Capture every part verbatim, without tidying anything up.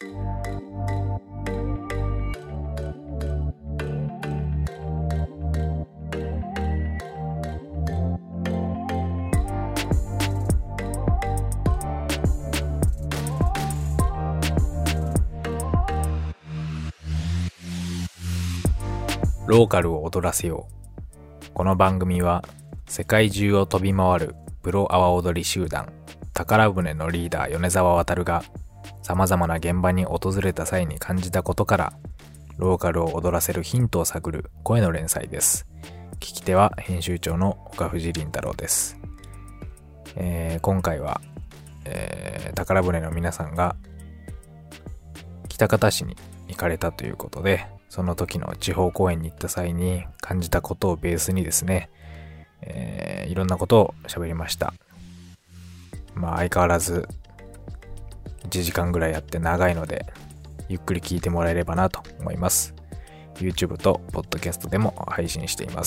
ローカルを踊らせよう。この番組は世界中を飛び回るプロ阿波踊り集団宝船のリーダー米沢渡が様々な現場に訪れた際に感じたことからローカルを踊らせるヒントを探る声の連載です。聞き手は編集長の岡藤倫太郎です。えー、今回は、えー、宝船の皆さんが喜多方市に行かれたということで、その時の地方公演に行った際に感じたことをベースにですね、えー、いろんなことを喋りました。まあ相変わらずいちじかんぐらいやって長いのでゆっくり聞いてもらえればなと思います。 YouTube と Podcast でも配信しています。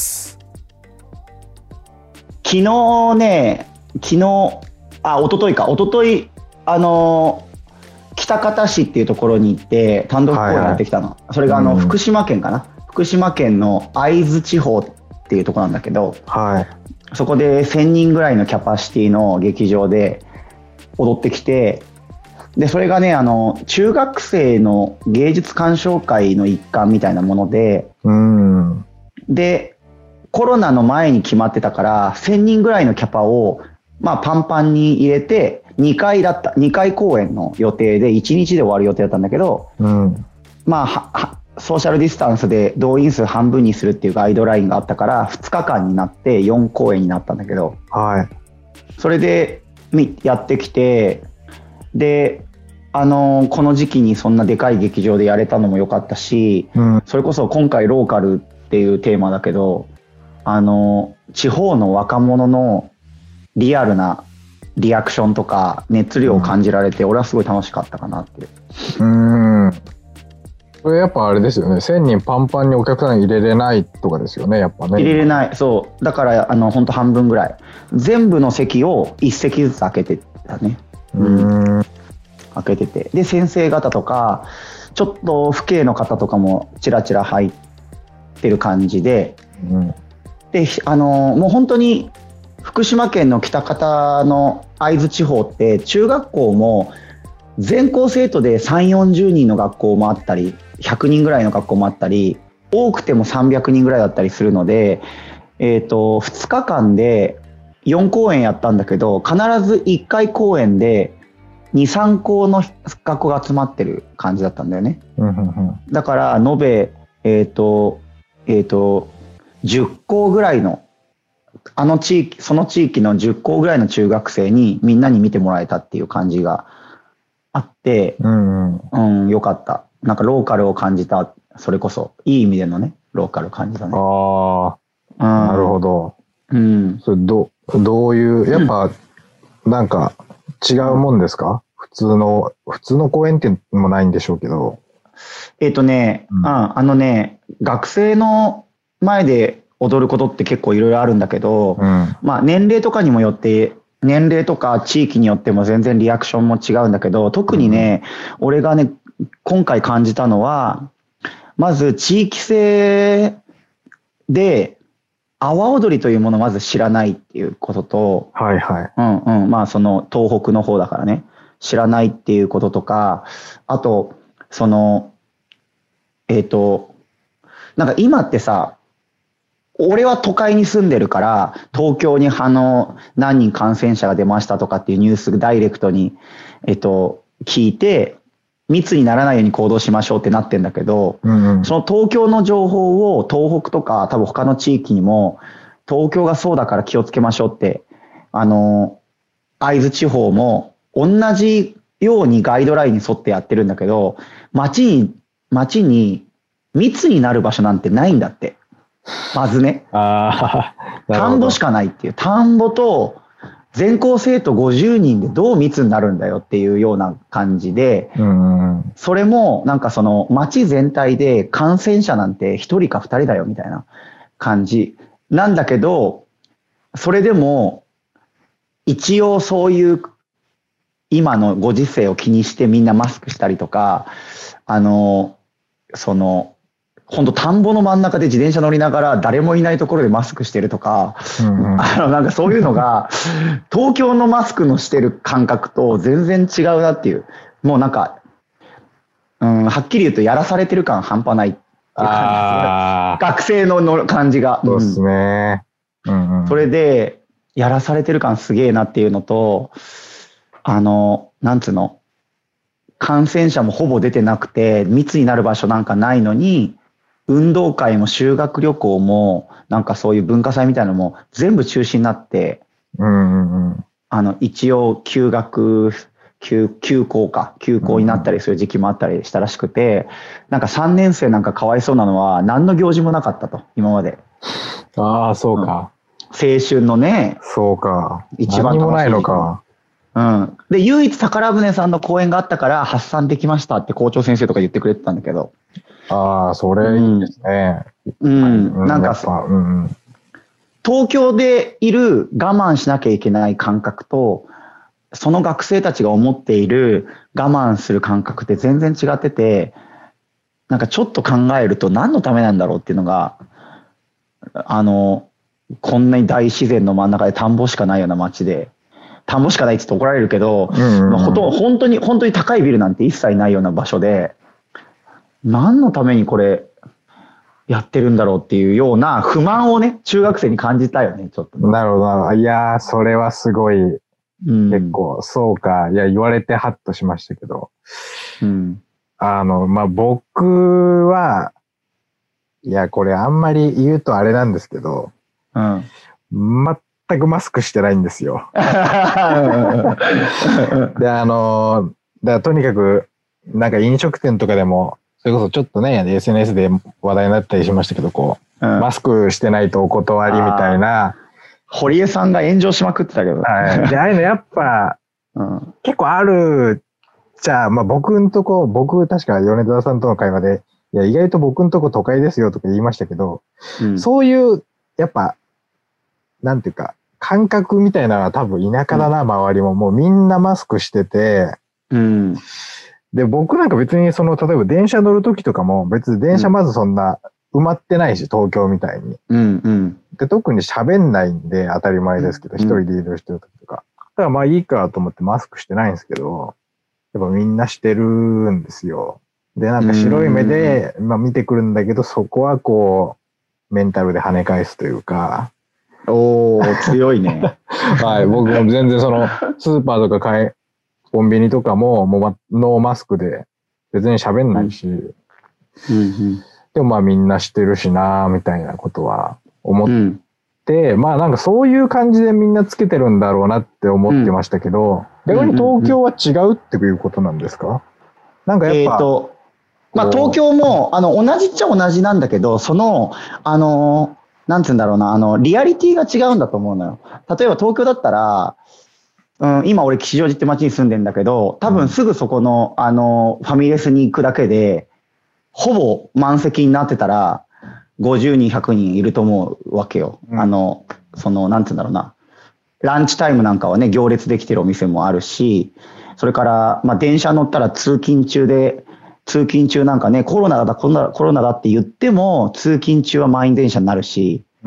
昨日ね昨日あ一昨日か一昨日あのー喜多方市っていうところに行って単独公演やってきたの、はいはい、それがあの、うん、福島県かな福島県の会津地方っていうところなんだけど、はい、そこでせんにんぐらいのキャパシティの劇場で踊ってきて、でそれがねあの中学生の芸術鑑賞会の一環みたいなもので、うん、でコロナの前に決まってたからせんにんぐらいのキャパを、まあ、パンパンに入れてにかいだったにかい公演の予定でいちにちで終わる予定だったんだけど、うん、まあははソーシャルディスタンスで動員数半分にするっていうガイドラインがあったからふつかかんになってよんこうえんになったんだけど、はい、それでやってきて、であのこの時期にそんなでかい劇場でやれたのも良かったし、うん、それこそ今回ローカルっていうテーマだけど、あの地方の若者のリアルなリアクションとか熱量を感じられて、うん、俺はすごい楽しかったかなっていう。うーん。これやっぱあれですよね。せんにんパンパンにお客さん入れれないとかですよね。やっぱね。 入れれない。そう。だからあの本当半分ぐらい。全部の席を一席ずつ開けてたね。うん。開けてて。で先生方とかちょっと父兄の方とかもちらちら入ってる感じで。うん、であのもう本当に。福島県の喜多方の会津地方って中学校も全校生徒でさんじゅうよんじゅうにんの学校もあったりひゃくにんぐらいの学校もあったり多くてもさんびゃくにんぐらいだったりするので、えーと、ふつかかんでよんこうえんやったんだけど必ずいっかい公演でにさんこうの学校が集まってる感じだったんだよね。だから延べ、えーとえーと、じゅっこうぐらいのあの地域、その地域のじゅっこうぐらいの中学生にみんなに見てもらえたっていう感じがあって、うんうん、うん、よかった。なんかローカルを感じた、それこそいい意味でのね、ローカル感じたね。 ああ、なるほど。 うん。 それど、どういう、やっぱ、なんか違うもんですか？普通の、普通の公演ってもないんでしょうけど。 えっとね、うん、あのね、学生の前で踊ることって結構いろいろあるんだけど、うん、まあ年齢とかにもよって年齢とか地域によっても全然リアクションも違うんだけど、特にね、うん、俺がね今回感じたのはまず地域性で阿波踊りというものをまず知らないっていうことと、はいはい、うんうん、まあその東北の方だからね知らないっていうこととか、あとそのえっとなんか今ってさ、俺は都会に住んでるから東京にあの何人感染者が出ましたとかっていうニュースダイレクトに、えっと、聞いて密にならないように行動しましょうってなってんだけど、うんうん、その東京の情報を東北とか多分他の地域にも東京がそうだから気をつけましょうってあの会津地方も同じようにガイドラインに沿ってやってるんだけど、街に街に密になる場所なんてないんだって。まずね、あ田んぼしかないっていう、田んぼと全校生徒ごじゅうにんでどう密になるんだよっていうような感じで、うんうん、それもなんかその町全体で感染者なんてひとりかふたりだよみたいな感じなんだけど、それでも一応そういう今のご時世を気にしてみんなマスクしたりとか、あの、その、本当田んぼの真ん中で自転車乗りながら誰もいないところでマスクしてるとか、うんうん、あのなんかそういうのが東京のマスクのしてる感覚と全然違うなっていう、もうなんか、うん、はっきり言うとやらされてる感半端ないっていう感じ、学生のの感じが。 そうですね。うんうん、 それでやらされてる感すげえなっていうのと、あのなんつうの、感染者もほぼ出てなくて密になる場所なんかないのに、運動会も修学旅行もなんかそういう文化祭みたいなのも全部中止になって、うんうんうん、あの一応休学休休校か休校になったりする時期もあったりしたらしくて、なんかさんねん生なんかかわいそうなのは何の行事もなかったと、今まで。 ああそうか、 うん、青春のね、 そうか、 一番何もないのか。 うん、で唯一宝船さんの公演があったから発散できましたって校長先生とか言ってくれてたんだけど。 ああ、それいいですね。 うん、うん、なんか、うんうん、東京でいる我慢しなきゃいけない感覚と、その学生たちが思っている我慢する感覚って全然違ってて、なんかちょっと考えると何のためなんだろうっていうのが、あの、こんなに大自然の真ん中で田んぼしかないような街で、田んぼしかないって言って怒られるけど、うんうんうん、まあ、ほとんど本当に本当に高いビルなんて一切ないような場所で、何のためにこれやってるんだろうっていうような不満をね、中学生に感じたよね、ちょっと、ね。 なるほど、なるほど。いやー、それはすごい、うん、結構、そうか。いや、言われてハッとしましたけど。うん、あの、まあ、僕は、いや、これあんまり言うとあれなんですけど、うん、全くマスクしてないんですよ。で、あの、だからとにかく、なんか飲食店とかでも、それこそちょっとね、エスエヌエス で話題になったりしましたけど、こう、うん、マスクしてないとお断りみたいな。 堀江さんが炎上しまくってたけど。 はい。で、ああいうのやっぱ、うん、結構ある、じゃあ、まあ僕んとこ、僕確か米沢さんとの会話で、いや、意外と僕んとこ都会ですよとか言いましたけど、うん、そういう、やっぱ、なんていうか、感覚みたいなのは多分田舎だな、うん、周りも。もうみんなマスクしてて、うん、で、僕なんか別にその、例えば電車乗るときとかも、別に電車まずそんな埋まってないし、東京みたいに。うんうん、で、特に喋んないんで当たり前ですけど、一、うん、人で移動してるときとか。だからまあいいかと思ってマスクしてないんですけど、やっぱみんなしてるんですよ。で、なんか白い目で、まあ見てくるんだけど、そこはこう、メンタルで跳ね返すというか。 おー、強いね。 はい、僕も全然その、スーパーとか買い、コンビニとかも、もうノーマスクで、別に喋んないし、うんうん、でもまあみんなしてるしなみたいなことは思って、うん、まあなんかそういう感じでみんなつけてるんだろうなって思ってましたけど、うん、逆に東京は違うっていうことなんですか？なんかやっぱ、えーとまあ、東京もあの同じっちゃ同じなんだけど、そのあのなんつうんだろうな、あのリアリティが違うんだと思うのよ。例えば東京だったら、うん、今俺吉祥寺って町に住んでんだけど、多分すぐそこの、あのファミレスに行くだけでほぼ満席になってたらごじゅうにんひゃくにんいると思うわけよ。うん、あのそのなんつうんだろうな、ランチタイムなんかはね行列できてるお店もあるし、それからまあ電車乗ったら通勤中で通勤中なんかね、コロナだコロナコロナだって言っても通勤中は満員電車になるし、うん、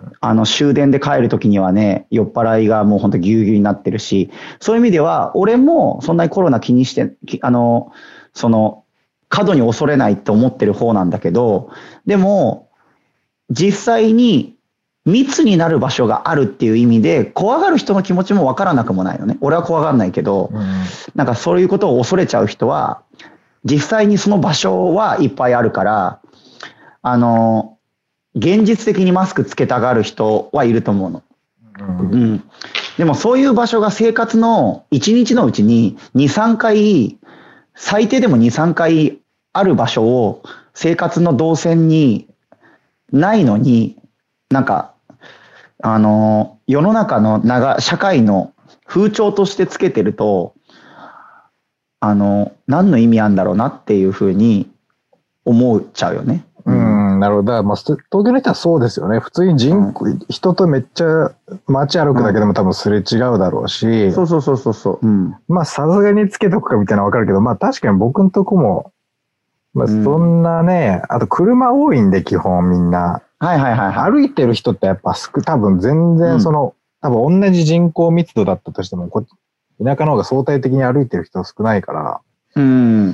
あの終電で帰る時にはね、酔っ払いがもう本当ぎゅうぎゅうになってるし、そういう意味では俺もそんなにコロナ気にして、あのその過度に恐れないって思ってる方なんだけど、でも実際に密になる場所があるっていう意味で怖がる人の気持ちもわからなくもないのね。俺は怖がらないけど、うん、なんかそういうことを恐れちゃう人は実際にその場所はいっぱいあるから、あの現実的にマスクつけたがる人はいると思うの。うんうん、でもそういう場所が生活のいちにちのうちにに、さんかい、最低でもに、さんかいある場所を生活の動線にないのに、なんか、あの、世の中の長、社会の風潮としてつけてると、あの、何の意味あるんだろうなっていうふうに思っちゃうよね。 うん、 ん、なるほど。まあ、東京の人はそうですよね。普通に人口、うん、人とめっちゃ街歩くだけでも多分すれ違うだろうし。うん、 そうそうそうそうそう。うん、 まあ、さすがにつけとくかみたいなのわかるけど、まあ確かに僕んとこも、まあそんなね、うん、あと車多いんで基本みんな。 はいはいはい、はい。 歩いてる人ってやっぱ少、多分全然その、うん、多分同じ人口密度だったとしても、こ田舎の方が相対的に歩いてる人少ないから。 うん。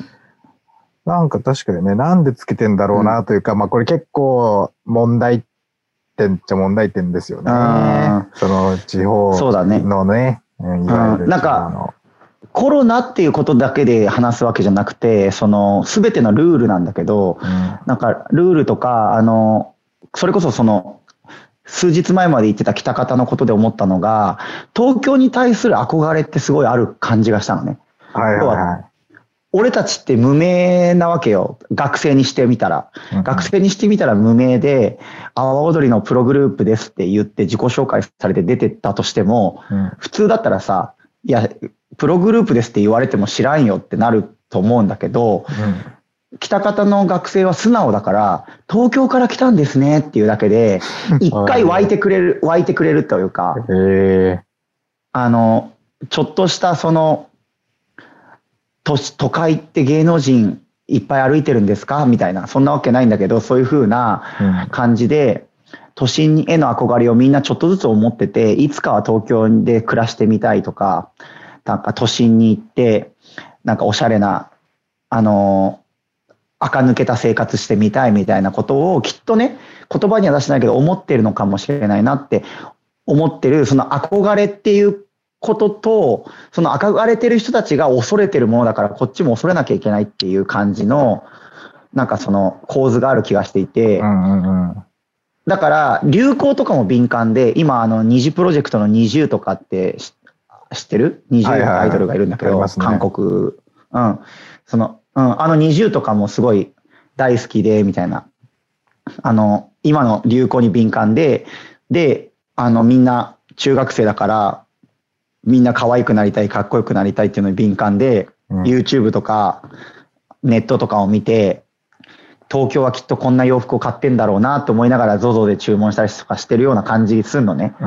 なんか確かにね、なんでつけてんだろうなというか、うん、まあこれ結構問題点っちゃ問題点ですよね。その地方のね、 そうだね、 いわゆる、 うん、なんかコロナっていうことだけで話すわけじゃなくて、その全てのルールなんだけど、うん、なんかルールとか、あの、それこそその、数日前まで言ってた北方のことで思ったのが、東京に対する憧れってすごいある感じがしたのね。 はいはいはい。 俺たちって無名なわけよ。学生にしてみたら。うんうん、学生にしてみたら無名で、阿波踊りのプログループですって言って自己紹介されて出てったとしても、うん、普通だったらさ、いや、プログループですって言われても知らんよってなると思うんだけど、うん、北方の学生は素直だから、東京から来たんですねっていうだけで、一回湧いてくれる、湧いてくれるというか、 へあの、ちょっとしたその、都, 都会って芸能人いっぱい歩いてるんですかみたいな、そんなわけないんだけど、そういう風な感じで、うん、都心への憧れをみんなちょっとずつ思ってて、いつかは東京で暮らしてみたいとか、なんか都心に行って、なんかおしゃれな、あの、垢抜けた生活してみたいみたいなことをきっとね、言葉には出してないけど思ってるのかもしれないなって思ってる、その憧れっていうことと、その憧れてる人たちが恐れてるものだからこっちも恐れなきゃいけないっていう感じのなんかその構図がある気がしていて、うんうんうん、だから流行とかも敏感で、今あの二次プロジェクトのニジューとかって知ってる？ニジューアイドルがいるんだけど、はいはいはい、韓国、うん、その、うん、あのニジューとかもすごい大好きでみたいな、あの今の流行に敏感で、であのみんな中学生だからみんな可愛くなりたい、かっこよくなりたいっていうのに敏感で、うん、YouTube とかネットとかを見て、東京はきっとこんな洋服を買ってんだろうなと思いながら ゾゾ で注文したりとかしてるような感じするのね。うん、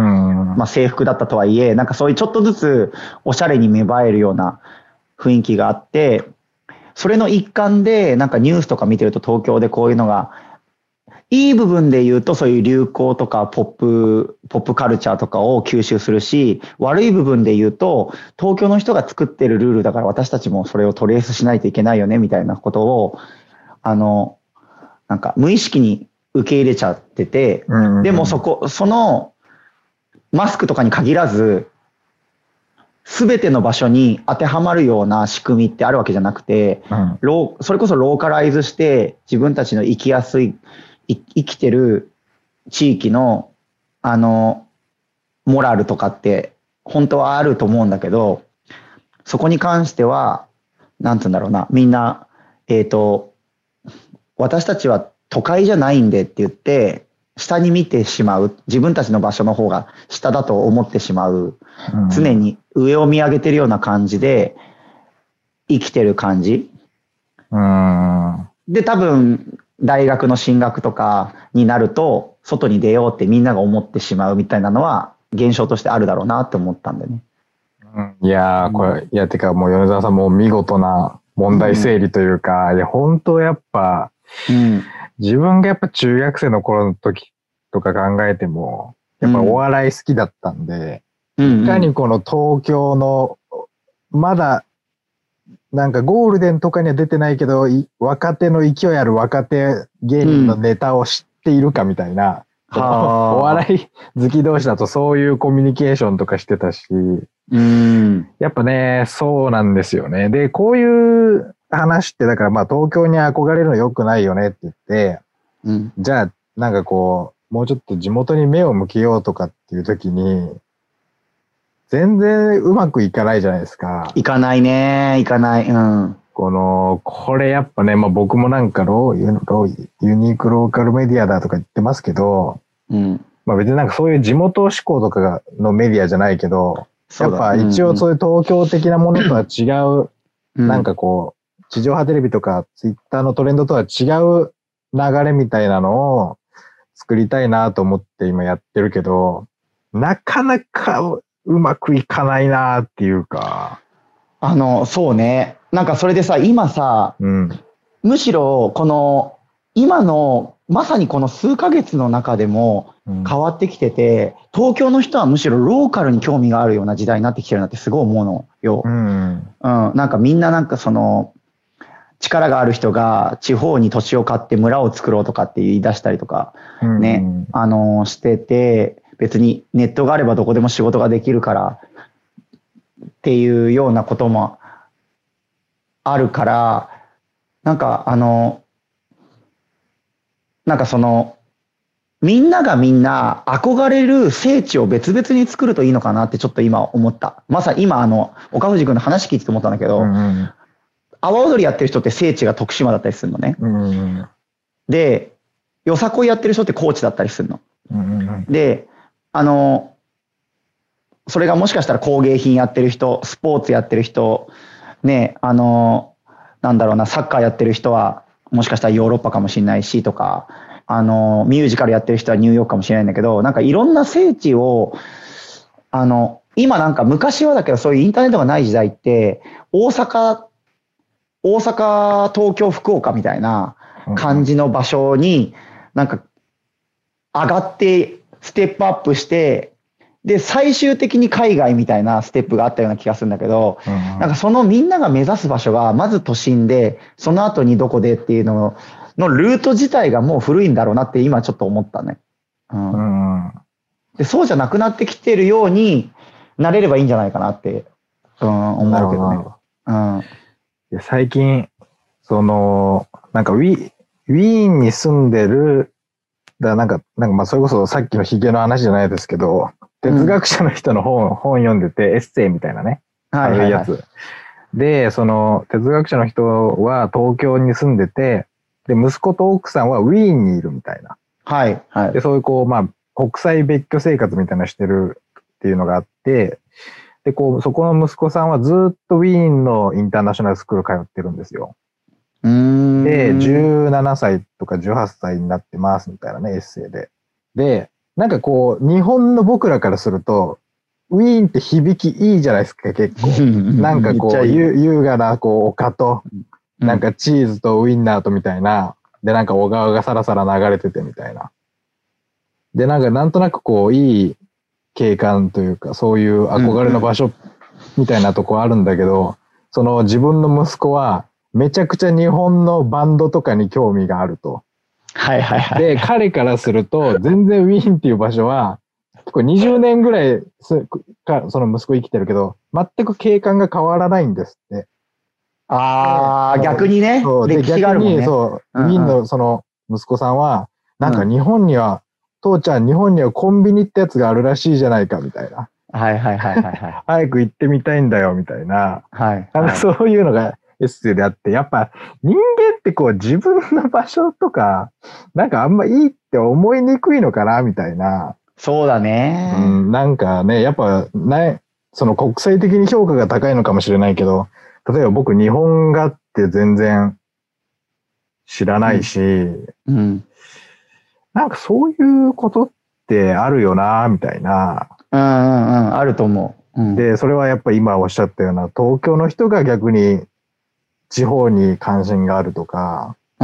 まあ制服だったとはいえ、なんかそういうちょっとずつおしゃれに芽生えるような雰囲気があって、それの一環でなんかニュースとか見てると東京でこういうのが、いい部分で言うとそういう流行とかポップ、ポップカルチャーとかを吸収するし、悪い部分で言うと東京の人が作ってるルールだから私たちもそれをトレースしないといけないよねみたいなことを、あの、なんか無意識に受け入れちゃってて、うんうん、でもそこ、そのマスクとかに限らず、すべての場所に当てはまるような仕組みってあるわけじゃなくて、うん、ローそれこそローカライズして自分たちの生きやすい生きてる地域のあのモラルとかって本当はあると思うんだけど、そこに関してはなんつうんだろうな、みんなえっと私たちは都会じゃないんでって言って下に見てしまう、自分たちの場所の方が下だと思ってしまう、うん、常に上を見上げてるような感じで生きてる感じ、うん、で多分大学の進学とかになると外に出ようってみんなが思ってしまうみたいなのは現象としてあるだろうなって思ったんだよね。 うん、いやーこれ、いやてかもう米沢さんも見事な問題整理というか、うん、いや本当やっぱ、うん、自分がやっぱ中学生の頃の時とか考えてもやっぱお笑い好きだったんで、うん、いかにこの東京のまだなんかゴールデンとかには出てないけど若手の勢いある若手芸人のネタを知っているかみたいな、うん、お笑い好き同士だとそういうコミュニケーションとかしてたし、うん、やっぱねそうなんですよね。でこういう話ってだからまあ東京に憧れるの良くないよねって言って、うん、じゃあなんかこうもうちょっと地元に目を向けようとかっていう時に全然うまくいかないじゃないですか。 いかないね、いかない。うん。 この、これやっぱね、まあ僕もなんかロー、ロー、ユニークローカルメディアだとか言ってますけど、うん。まあ別になんかそういう地元志向とかがのメディアじゃないけど、やっぱ一応そういう東京的なものとは違う、うん、なんかこう、地上波テレビとかツイッターのトレンドとは違う流れみたいなのを作りたいなと思って今やってるけど、なかなかうまくいかないなっていうか。 あの、そうね。なんかそれでさ、今さ、うん、むしろこの、今の、まさにこの数ヶ月の中でも変わってきてて、うん、東京の人はむしろローカルに興味があるような時代になってきてるなってすごい思うのよ。うん。うん、なんかみんななんかその、力がある人が地方に土地を買って村を作ろうとかって言い出したりとかね、うん、あの、してて、別にネットがあればどこでも仕事ができるからっていうようなこともあるから、なんかあの、なんかその、みんながみんな憧れる聖地を別々に作るといいのかなってちょっと今思った。まさに今あの、岡藤君の話聞いてて思ったんだけど、うんうん、阿波踊りやってる人って聖地が徳島だったりするのね。うんうん、で、よさこいやってる人って高知だったりするの。うんうん、で、あの、それがもしかしたら工芸品やってる人、スポーツやってる人、ね、あの、なんだろうな、サッカーやってる人は、もしかしたらヨーロッパかもしれないしとか、あの、ミュージカルやってる人はニューヨークかもしれないんだけど、なんかいろんな聖地を、あの、今なんか昔はだけどそういうインターネットがない時代って、大阪、大阪、東京、福岡みたいな感じの場所に、なんか上がってステップアップして、で、最終的に海外みたいなステップがあったような気がするんだけど、うん、なんかそのみんなが目指す場所が、まず都心で、その後にどこでっていうののルート自体がもう古いんだろうなって今ちょっと思ったね。うんうん、で、そうじゃなくなってきてるようになれればいいんじゃないかなって、うん、思うけどね。うん、 で最近、その、なんかウィ、ウィーンに住んでる、だなんか、なんかまあそれこそさっきのヒゲの話じゃないですけど、哲学者の人の本、うん、本読んでて、エッセイみたいなね。はいはいはい、ああいうやつ。で、その、哲学者の人は東京に住んでて、で、息子と奥さんはウィーンにいるみたいな。 はいはい。 で、そういうこう、まあ、国際別居生活みたいなのしてるっていうのがあって、で、こう、そこの息子さんはずっとウィーンのインターナショナルスクール通ってるんですよ。うーんで、じゅうななさいとかじゅうはっさいになってますみたいなね、エッセイで。で、なんかこう、日本の僕らからすると、ウィーンって響きいいじゃないですか、結構。なんかこう、優雅なこう丘と、なんかチーズとウインナーとみたいな、で、なんか小川がさらさら流れててみたいな。で、なんかなんとなくこう、いい景観というか、そういう憧れの場所みたいなとこあるんだけど、その自分の息子は、めちゃくちゃ日本のバンドとかに興味があると。 はいはいはい。 で、彼からすると、全然ウィーンっていう場所は、結構にじゅうねんぐらいか、その息子生きてるけど、全く景観が変わらないんですって。 ああ、逆にね。 そう、で、逆に、そう、ウィーンのその息子さんは、なんか日本には、父ちゃん、日本にはコンビニってやつがあるらしいじゃないか、みたいな。 はいはいはいはい、はい。 早く行ってみたいんだよ、みたいな。 はい。 なんかそういうのが、エッセイであって、やっぱ人間ってこう自分の場所とか、なんかあんまいいって思いにくいのかな、みたいな。 そうだね。 うん、なんかね、やっぱね、その国際的に評価が高いのかもしれないけど、例えば僕日本画って全然知らないし、うんうん、なんかそういうことってあるよな、みたいな。 うんうんうん、あると思う。うん、で、それはやっぱ今おっしゃったような、東京の人が逆に地方に関心があるとか、うん、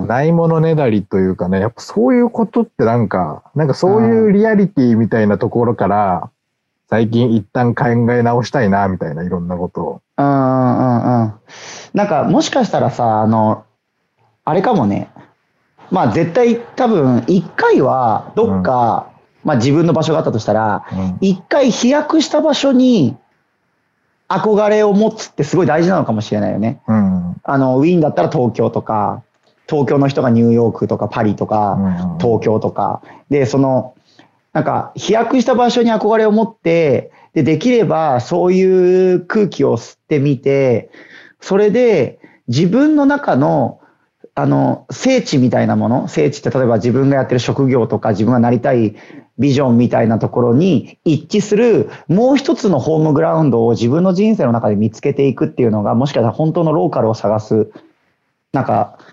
ないものねだりというかね、やっぱそういうことってなんか、なんかそういうリアリティみたいなところから、最近一旦考え直したいな、みたいな、いろんなことを。 うんうんうん。なんかもしかしたらさ、あの、あれかもね。まあ絶対多分一回はどっか、うん、まあ自分の場所があったとしたら、一、うん、回飛躍した場所に、憧れを持つってすごい大事なのかもしれないよね。うん、あの、ウィーンだったら東京とか、東京の人がニューヨークとかパリとか、うん、東京とか。で、その、なんか、飛躍した場所に憧れを持って、で、できればそういう空気を吸ってみて、それで自分の中の、あの、聖地みたいなもの、聖地って例えば自分がやってる職業とか自分がなりたいビジョンみたいなところに一致するもう一つのホームグラウンドを自分の人生の中で見つけていくっていうのが、もしかしたら本当のローカルを探す、なんか、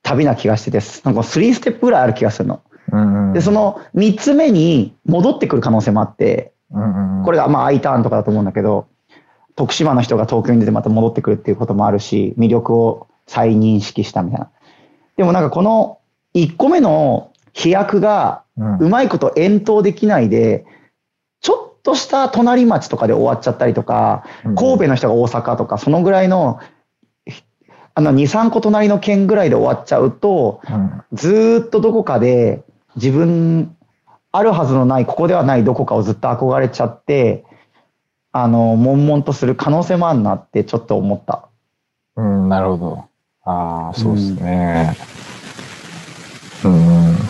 旅な気がしてて、なんかスリーステップぐらいある気がするの。 うんうん、 で、そのみっつめに戻ってくる可能性もあって、 うんうん、 これがまあ I ターンとかだと思うんだけど、徳島の人が東京に出てまた戻ってくるっていうこともあるし、魅力を再認識したみたいな。でもなんかこのいっこめの飛躍がうまいこと遠投できないで、ちょっとした隣町とかで終わっちゃったりとか、神戸の人が大阪とか、そのぐらいの、あのに、さんこ隣の県ぐらいで終わっちゃうと、ずーっとどこかで自分、あるはずのない、ここではないどこかをずっと憧れちゃって、あの、悶々とする可能性もあるなってちょっと思った。 うん、なるほど。ああ、そうですね。うん。うん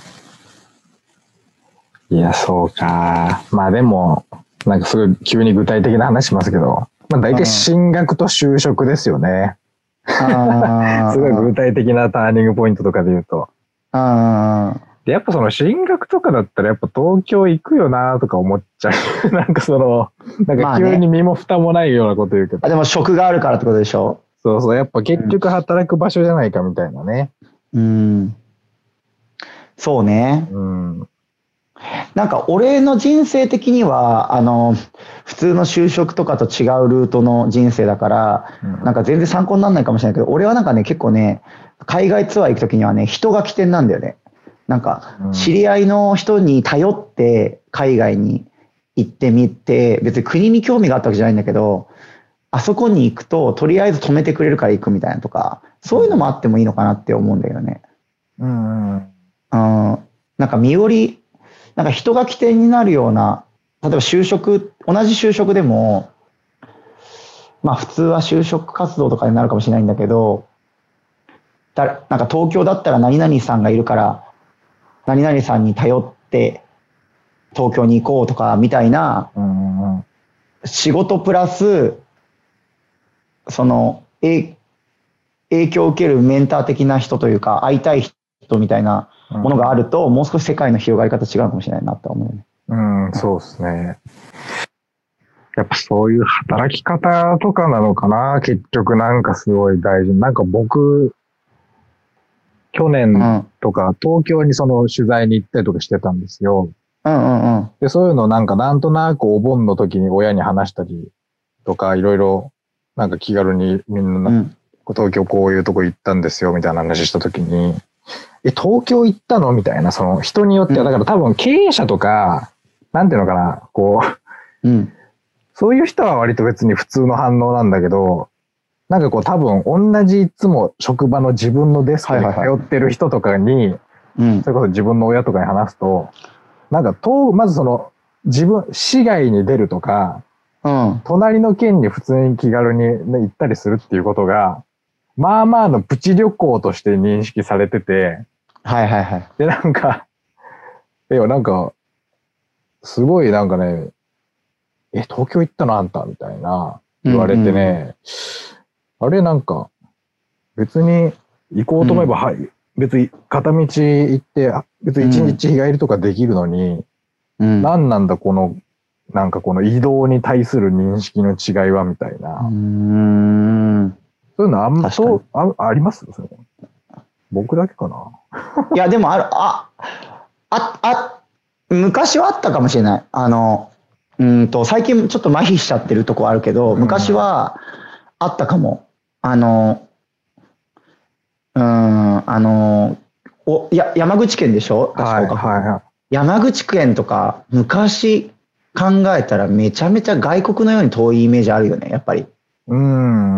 いや、そうか。まあでも、なんかすごい急に具体的な話しますけど、まあ大体進学と就職ですよね。あすごい具体的なターニングポイントとかで言うと。あで、やっぱその進学とかだったらやっぱ東京行くよなとか思っちゃう。なんかその、なんか急に身も蓋もないようなこと言うけど。 まあね、あでも職があるからってことでしょ？ そうそう、やっぱ結局働く場所じゃないかみたいなね。 うん。そうね。うん。なんか俺の人生的には、あの、普通の就職とかと違うルートの人生だから、うん、なんか全然参考にならないかもしれないけど、俺はなんかね、結構ね、海外ツアー行くときにはね、人が起点なんだよね。なんか、知り合いの人に頼って海外に行ってみて、別に国に興味があったわけじゃないんだけど、あそこに行くと、とりあえず止めてくれるから行くみたいなとか、そういうのもあってもいいのかなって思うんだよね。うん、うん。なんか身寄り、なんか人が起点になるような、例えば就職、同じ就職でも、まあ普通は就職活動とかになるかもしれないんだけど、だなんか東京だったら何々さんがいるから、何々さんに頼って東京に行こうとかみたいな、うんうん、仕事プラス、その、影響を受けるメンター的な人というか、会いたい人みたいなものがあると、うん、もう少し世界の広がり方違うかもしれないなと思うね。 うん、そうですね。やっぱそういう働き方とかなのかな、結局なんかすごい大事。なんか僕、去年とか東京にその取材に行ったりとかしてたんですよ。うんうんうん。で、そういうのなんかなんとなくお盆の時に親に話したりとか、いろいろなんか気軽にみんな、うん、東京こういうとこ行ったんですよみたいな話した時に、え、東京行ったのみたいな、その人によっては、だから多分経営者とか、なんていうのかな、こう、うん、そういう人は割と別に普通の反応なんだけど、なんかこう多分同じいつも職場の自分のデスクに通ってる人とかに、それこそ自分の親とかに話すと、なんかと、まずその自分、市外に出るとか、うん、隣の県に普通に気軽に、ね、行ったりするっていうことが、まあまあのプチ旅行として認識されてて、はいはいはい。で、なんか、いや、なんか、すごいなんかね、え、東京行ったのあんたみたいな言われてね、うんうん、あれなんか、別に行こうと思えば、うん、はい、別に片道行って、別に一日日帰りとかできるのに、うん、何なんだこの、なんかこの移動に対する認識の違いはみたいな。うーんそういうのあんま、そう、あ、ありますそれ僕だけかな。 いや、でもある、あ、あ、あ、昔はあったかもしれない。あの、うんと、最近ちょっと麻痺しちゃってるとこあるけど、昔はあったかも。あの、うん、あの、お、や、山口県でしょ？はいはいはい。山口県とか、昔考えたらめちゃめちゃ外国のように遠いイメージあるよね、やっぱり。うん。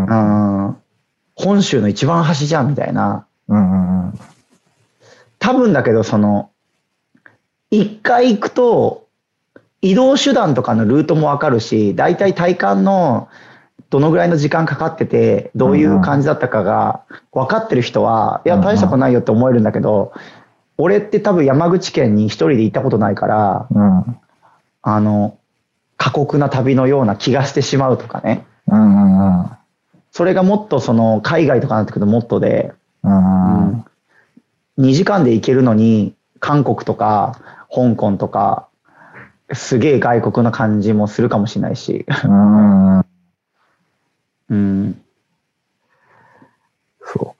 うん。本州の一番端じゃん、みたいな。うんうんうん。多分だけど、その、一回行くと、移動手段とかのルートもわかるし、大体体感のどのぐらいの時間かかってて、どういう感じだったかが分かってる人は、いや、大したことないよって思えるんだけど、俺って多分山口県に一人で行ったことないから、うん、あの、過酷な旅のような気がしてしまうとかね。うんうんうん、それがもっとその海外とかになってくるともっとで、うんうん、にじかんで行けるのに、韓国とか香港とか、すげえ外国な感じもするかもしれないし。うん。うん。 そうか。い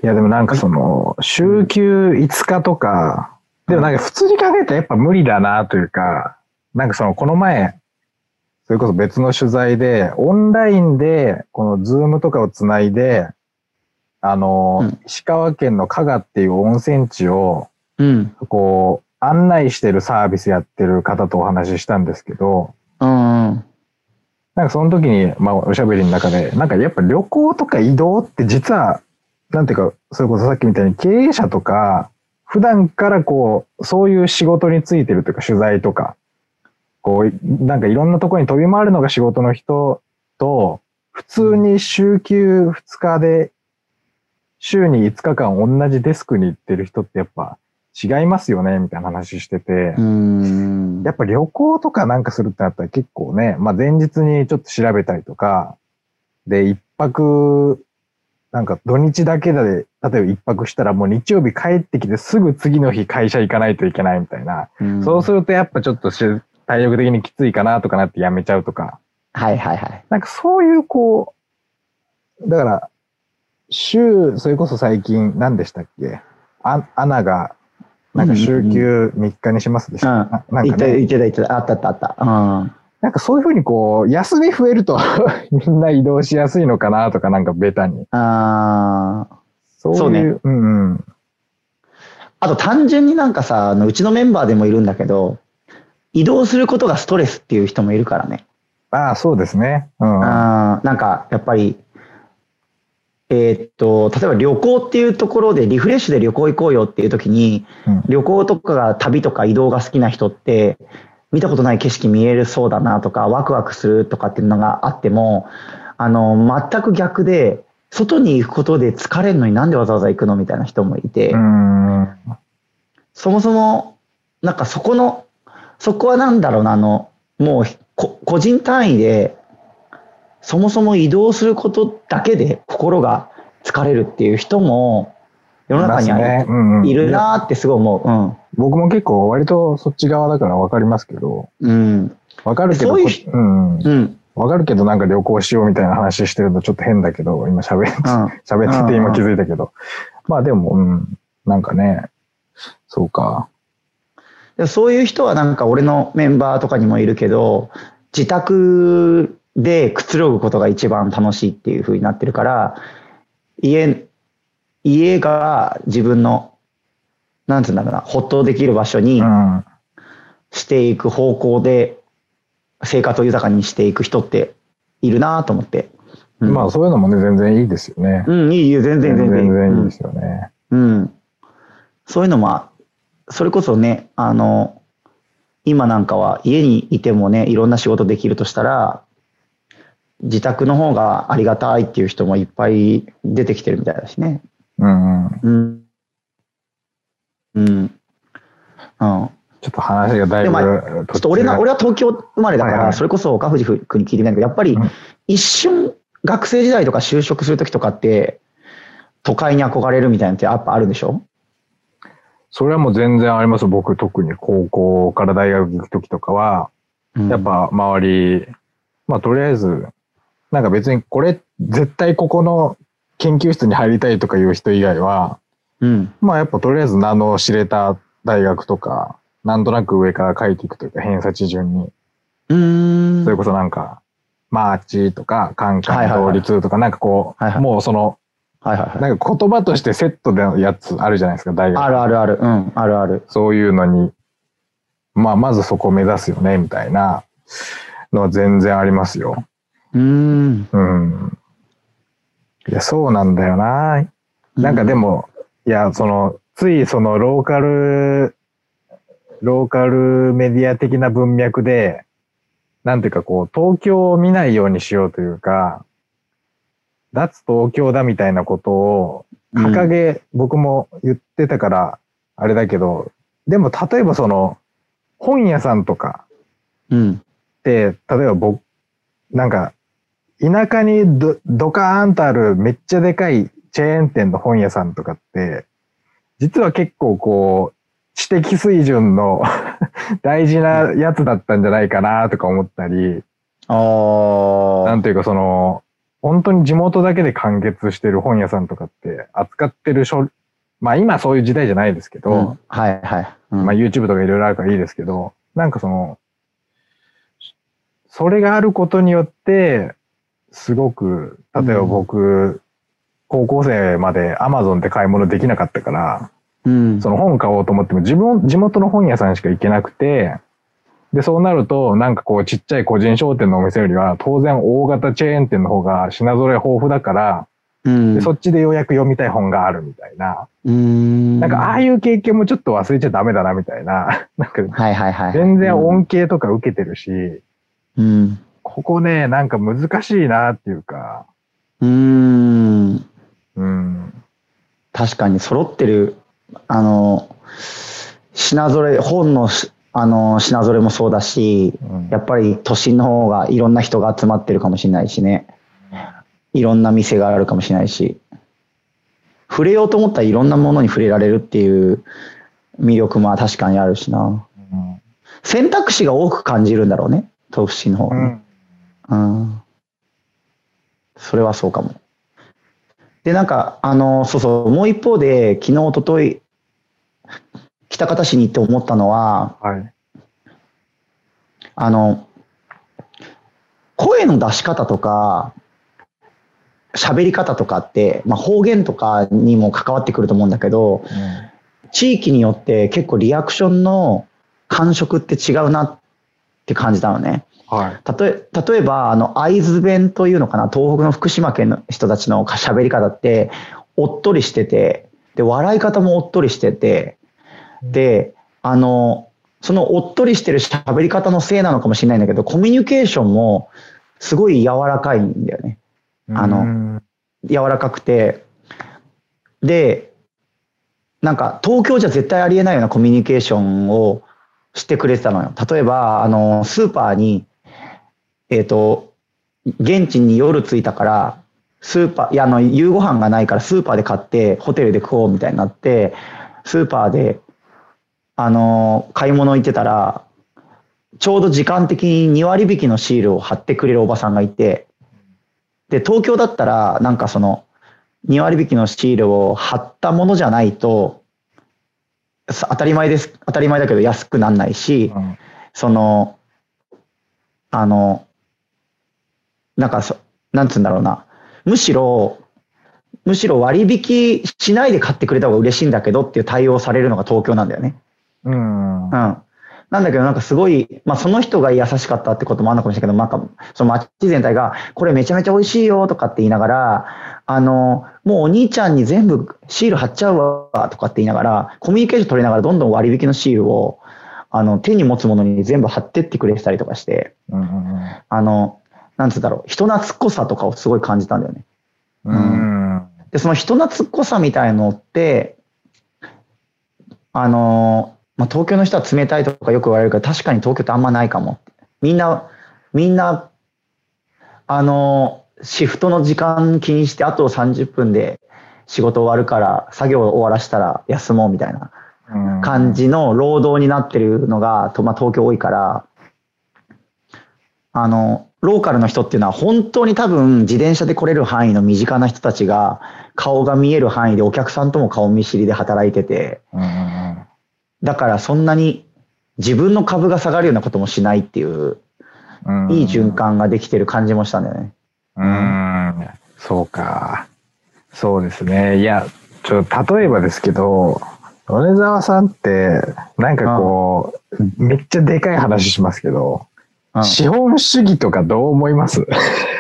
いやでもなんかその、週休いつかとか、でもなんか普通に考えたらやっぱ無理だなというか、なんかそのこの前、それこそ別の取材で、オンラインでこのズームとかをつないで、あの、うん、石川県の加賀っていう温泉地を、うん、こう、案内してるサービスやってる方とお話ししたんですけど、うん、なんかその時に、まあおしゃべりの中で、なんかやっぱ旅行とか移動って実は、なんていうか、それこそさっきみたいに経営者とか、普段からこう、そういう仕事についてるというか取材とか、こう、なんかいろんなところに飛び回るのが仕事の人と、普通に週休ふつかで、週にいつかかん同じデスクに行ってる人ってやっぱ違いますよね、みたいな話してて。うーん、やっぱ旅行とかなんかするってなったら結構ね、まあ前日にちょっと調べたりとか、で、一泊、なんか土日だけで、例えば一泊したらもう日曜日帰ってきてすぐ次の日会社行かないといけないみたいな。うそうするとやっぱちょっと体力的にきついかなとかなってやめちゃうとか。 はいはいはい。 なんかそういうこう、だから、週、それこそ最近何でしたっけあ、アナが、なんか週休みっかにしますでしょ、うんうん、ななんかね。言ってた言ってた、あったあったあった。うん。 なんかそういうふうにこう、休み増えるとみんな移動しやすいのかなとかなんかベタに。ああ。そういう。そうね。うんうん。 あと単純になんかさ、あのうちのメンバーでもいるんだけど、移動することがストレスっていう人もいるからね。 ああ、そうですね。 うん。あなんかやっぱり、えー、っと、例えば旅行っていうところでリフレッシュで旅行行こうよっていう時に、うん、旅行とか旅とか移動が好きな人って、見たことない景色見えるそうだなとか、ワクワクするとかっていうのがあっても、あの、全く逆で、外に行くことで疲れるのになんでわざわざ行くのみたいな人もいて、うーんそもそも、なんかそこの、そこはなんだろうな、あの、もう個人単位で、そもそも移動することだけで心が疲れるっていう人も世の中にはいるなってすごい思う。うん、 僕も結構割とそっち側だから分かりますけど、うん、分かるけど、そういう、うんうん、分かるけどなんか旅行しようみたいな話してるのちょっと変だけど、今喋って、喋ってて今気づいたけど、まあでも、うん、なんかね、そうか。 そういう人はなんか俺のメンバーとかにもいるけど、自宅でくつろぐことが一番楽しいっていう風になってるから、家、家が自分の、なんていうんだろうな、ほっとできる場所にしていく方向で生活を豊かにしていく人っているなと思って。 うん、まあそういうのもね、全然いいですよね。 うん、いいよ、全然全然。 全然いいですよね。 うん。うん、そういうのも、それこそね、あの、今なんかは家にいてもね、いろんな仕事できるとしたら、自宅の方がありがたいっていう人もいっぱい出てきてるみたいだしね。うんうん。うん。うん。うん。ちょっと話がだいぶ。 ちょっと俺が、俺は東京生まれだから、はいはい、それこそ岡藤君に聞いてみたいけど、やっぱり一瞬学生時代とか就職するときとかって、都会に憧れるみたいなのってやっぱあるでしょ？ それはもう全然あります。僕特に高校から大学行くときとかは、うん、やっぱ周り、まあとりあえず、なんか別にこれ絶対ここの研究室に入りたいとかいう人以外は、うん、まあやっぱとりあえず名の知れた大学とか、なんとなく上から書いていくというか偏差値順に。うーんそれこそなんか、マーチとか、カンカン同率とか、なんかこう、はいはい、もうその、はいはいはい、なんか言葉としてセットでのやつあるじゃないですか、大学。 あるあるある。うん、あるある。 そういうのに、まあまずそこを目指すよね、みたいなのは全然ありますよ。うーん。うん。いや、そうなんだよな。なんかでも、うん、いや、その、ついそのローカル、ローカルメディア的な文脈で、なんていうかこう、東京を見ないようにしようというか、脱東京だみたいなことを掲げ、うん、僕も言ってたから、あれだけど、でも例えばその、本屋さんとか、うん。で、例えば僕、なんか、田舎にド、ドカーンとあるめっちゃでかいチェーン店の本屋さんとかって、実は結構こう、知的水準の大事なやつだったんじゃないかなとか思ったり、あなんていうかその、 本当に地元だけで完結してる本屋さんとかって扱ってる書、まあ今そういう時代じゃないですけど、うん、 はいはい。 うん、まあ YouTube とかいろいろあるからいいですけど、なんかその、それがあることによって、すごく、例えば僕、うん、高校生まで Amazon で買い物できなかったから、うん、その本買おうと思っても自分、地元の本屋さんしか行けなくて、で、そうなると、なんかこう、ちっちゃい個人商店のお店よりは、当然大型チェーン店の方が品揃え豊富だから、うん、でそっちでようやく読みたい本があるみたいな。うーんなんか、ああいう経験もちょっと忘れちゃダメだな、みたいな。なんか、はいはいはい、全然恩恵とか受けてるし、うん、ここね、なんか難しいなっていうか。 うーん。うん。確かに揃ってる、あの、品揃え、本の、あの、品揃えもそうだし、うん、やっぱり都心の方がいろんな人が集まってるかもしれないしね。いろんな店があるかもしれないし。触れようと思ったらいろんなものに触れられるっていう魅力も確かにあるしな。うん、選択肢が多く感じるんだろうね。都心の方がね。うん。うん。それはそうかも。で、なんか、あの、そうそう、もう一方で、昨日、一昨日喜多方市に行って思ったのは、はい、あの、声の出し方とか、喋り方とかって、まあ、方言とかにも関わってくると思うんだけど、うん、地域によって結構リアクションの感触って違うなって感じたのね。はい、たとえ、例えば、あの、会津弁というのかな、東北の福島県の人たちの喋り方って、おっとりしてて、で、笑い方もおっとりしてて、で、あの、そのおっとりしてる喋り方のせいなのかもしれないんだけど、コミュニケーションもすごい柔らかいんだよね。あの、柔らかくて、で、なんか東京じゃ絶対ありえないようなコミュニケーションをしてくれてたのよ。例えば、あの、スーパーに、えっと、現地に夜着いたから、スーパー、いや、あの、夕ご飯がないからスーパーで買ってホテルで食おうみたいになって、スーパーで、あの、買い物行ってたら、ちょうど時間的にに割引きのシールを貼ってくれるおばさんがいて、で、東京だったら、なんかその、に割引きのシールを貼ったものじゃないと、当たり前です、当たり前だけど安くなんないし、うん、その、あの、なんかそ、なんつうんだろうな。むしろ、むしろ割引しないで買ってくれた方が嬉しいんだけどっていう対応されるのが東京なんだよね。うん。うん。なんだけどなんかすごい、まあその人が優しかったってこともあるのかもしれないけど、なんかその街全体がこれめちゃめちゃ美味しいよとかって言いながら、あの、もうお兄ちゃんに全部シール貼っちゃうわとかって言いながら、コミュニケーション取りながらどんどん割引のシールをあの手に持つものに全部貼ってってくれてたりとかして、うんうんうん、あの、なんつうんだろう、人懐っこさとかをすごい感じたんだよね。うん、で、その人懐っこさみたいのって、あの、まあ、東京の人は冷たいとかよく言われるけど、確かに東京ってあんまないかも。みんな、みんな、あの、シフトの時間気にして、あとさんじゅっぷんで仕事終わるから、作業終わらせたら休もうみたいな感じの労働になってるのが、まあ、東京多いから、あの、ローカルの人っていうのは本当に多分自転車で来れる範囲の身近な人たちが顔が見える範囲でお客さんとも顔見知りで働いてて、だからそんなに自分の株が下がるようなこともしないっていう、いい循環ができてる感じもしたんだよね。 うん、そうか。そうですね。いや、ちょっと例えばですけど、米沢さんって、なんかこう、めっちゃでかい話しますけど、うん、資本主義とかどう思います？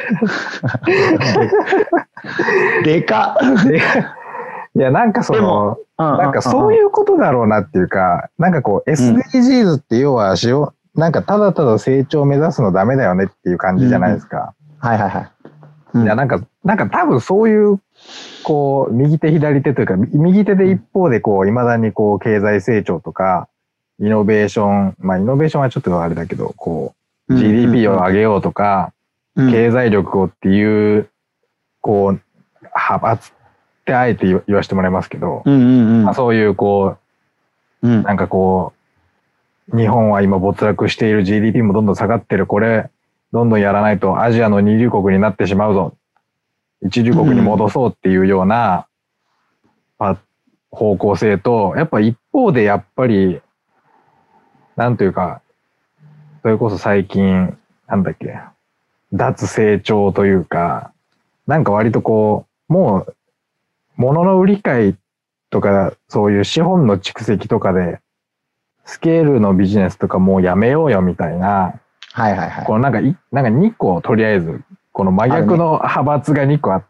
でかいや、なんかその、なんかそういうことだろうなっていうか、なんかこう エスディージーズ って要はしよう、なんかただただ成長を目指すのダメだよねっていう感じじゃないですか。 うん、はいはいはい。 うん、いや、なんか、なんか多分そういう、こう、右手左手というか、右手で一方でこう、未だにこう、経済成長とか、イノベーション、まあイノベーションはちょっとあれだけど、こう、ジーディーピー を上げようとか、うん、経済力をっていう、こう、派閥ってあえて言わせてもらいますけど、うんうんうんまあ、そういうこう、うん、なんかこう、日本は今没落している ジーディーピー もどんどん下がってる、これ、どんどんやらないとアジアの二流国になってしまうぞ一流国に戻そうっていうような、うん、方向性と、やっぱ一方でやっぱり、なんというか、それこそ最近、なんだっけ、脱成長というか、なんか割とこう、もう、物の売り買いとか、そういう資本の蓄積とかで、スケールのビジネスとかもうやめようよみたいな、 はいはいはい。 このなんかい、なんかにこ、とりあえず、この真逆の派閥がにこあって、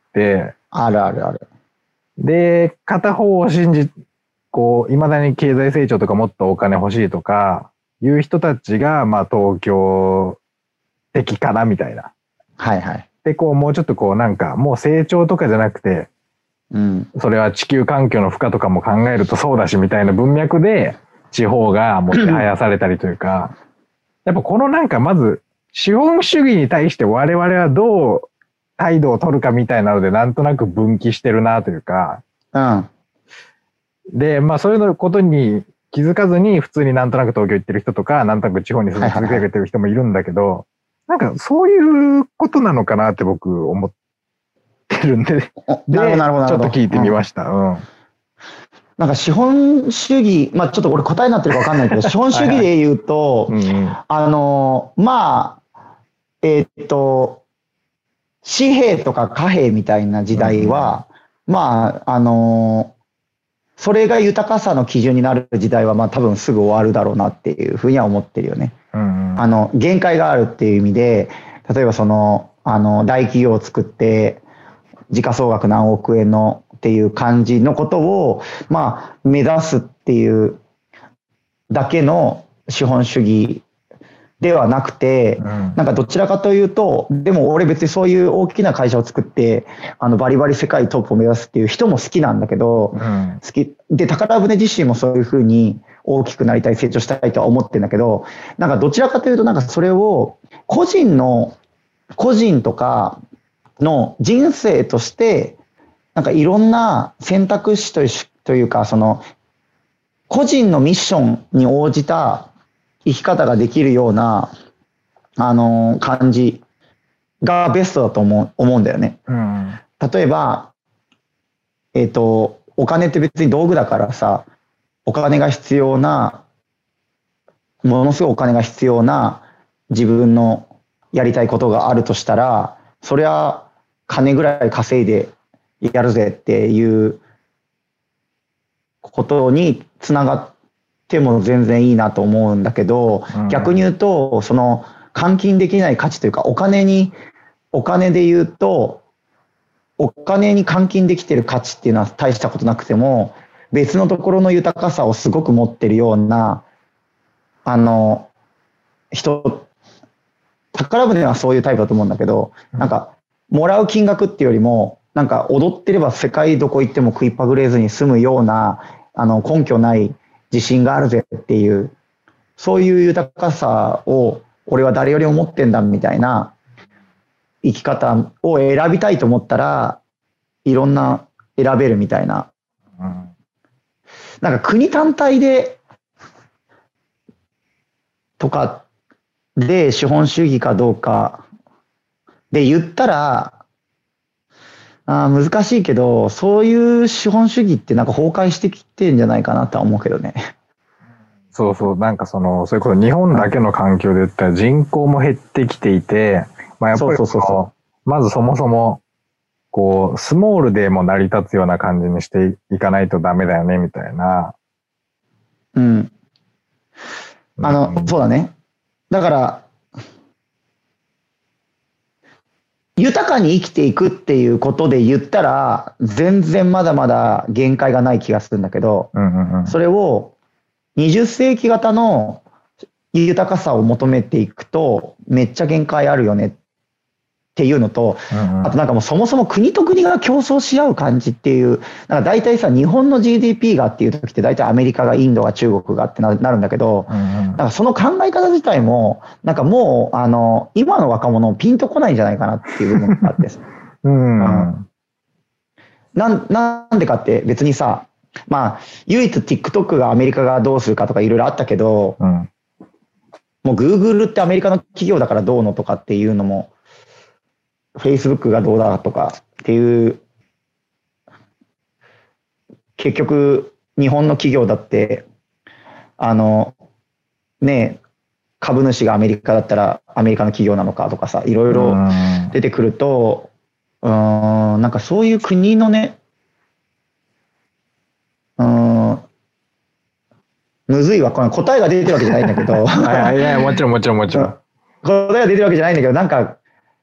あるあるある。 で、片方を信じ、こう、未だに経済成長とかもっとお金欲しいとか、いう人たちが、まあ東京的かなみたいな。 はいはい。 で、こう、もうちょっとこう、なんか、もう成長とかじゃなくて、 うん、 それは地球環境の負荷とかも考えるとそうだしみたいな文脈で、地方がもてはやされたりというか、やっぱこのなんかまず、資本主義に対して我々はどう態度を取るかみたいなので、なんとなく分岐してるなというか、 うん。 で、まあそういうことに気づかずに普通になんとなく東京行ってる人とか、なんとなく地方に住み続けてる人もいるんだけど、なんかそういうことなのかなって僕思ってるんで、で、ちょっと聞いてみました。うん。 なんか資本主義、まあちょっと俺答えになってるか分かんないけど、資本主義で言うと、はいはいうんうん、あの、まあ、えー、っと、紙幣とか貨幣みたいな時代は、うん、まあ、あの、それが豊かさの基準になる時代は、まあ多分すぐ終わるだろうなっていうふうには思ってるよね。うんうん、あの、限界があるっていう意味で、例えばその、あの、大企業を作って、時価総額何億円のっていう感じのことを、まあ、目指すっていうだけの資本主義ではなくて、うん、なんかどちらかというと、でも俺別にそういう大きな会社を作って、あのバリバリ世界トップを目指すっていう人も好きなんだけど、うん、好き。で、宝船自身もそういうふうに大きくなりたい、成長したいとは思ってるんだけど、なんかどちらかというと、なんかそれを個人の、個人とかの人生として、なんかいろんな選択肢というか、その、個人のミッションに応じた生き方ができるような、あのー、感じがベストだと思う、思うんだよね。うん、例えば、えっと、お金って別に道具だからさ、お金が必要な、ものすごいお金が必要な自分のやりたいことがあるとしたら、そりゃ金ぐらい稼いでやるぜっていうことにつながっても全然いいなと思うんだけど、うん、逆に言うとその換金できない価値というか、お金にお金で言うとお金に換金できてる価値っていうのは大したことなくても、別のところの豊かさをすごく持ってるようなあの人、宝船はそういうタイプだと思うんだけど、なんかもらう金額っていうよりも、なんか踊ってれば世界どこ行っても食いっぱぐれずに済むような、あの根拠ない自信があるぜっていう、そういう豊かさを俺は誰よりも持ってんだみたいな生き方を選びたいと思ったら、いろんな選べるみたいな。うん、なんか国単体でとかで資本主義かどうかで言ったら、あ難しいけど、そういう資本主義ってなんか崩壊してきてんじゃないかなとは思うけどね。 そうそう、なんかその、そういうこと日本だけの環境で言ったら人口も減ってきていて、まあやっぱりその、まずそもそも、こう、スモールでも成り立つような感じにしていかないとダメだよね、みたいな。 うん。あの、うん、そうだね。だから、豊かに生きていくっていうことで言ったら、全然まだまだ限界がない気がするんだけど、うんうんうん、それをにじゅっ世紀型の豊かさを求めていくと、めっちゃ限界あるよねっていうのと、うんうん、あとなんかもうそもそも国と国が競争し合う感じっていう、なんか大体さ、日本の ジーディーピー がっていう時って大体アメリカがインドが中国がってなるんだけど、うんうん、なんかその考え方自体も、なんかもう、あの、今の若者ピンとこないんじゃないかなっていう部分があって、うん、うん、な, なんでかって別にさ、まあ、唯一 TikTok がアメリカがどうするかとかいろいろあったけど、うん、もう Google ってアメリカの企業だからどうのとかっていうのも、 Facebook がどうだとかっていう、結局日本の企業だってあのね株主がアメリカだったらアメリカの企業なのかとかさ、いろいろ出てくると、うーん、なんかそういう国のね、うーん、むずいわ、この答えが出てるわけじゃないんだけどいやいや、もちろんもちろんもちろん答えが出てるわけじゃないんだけど、なんか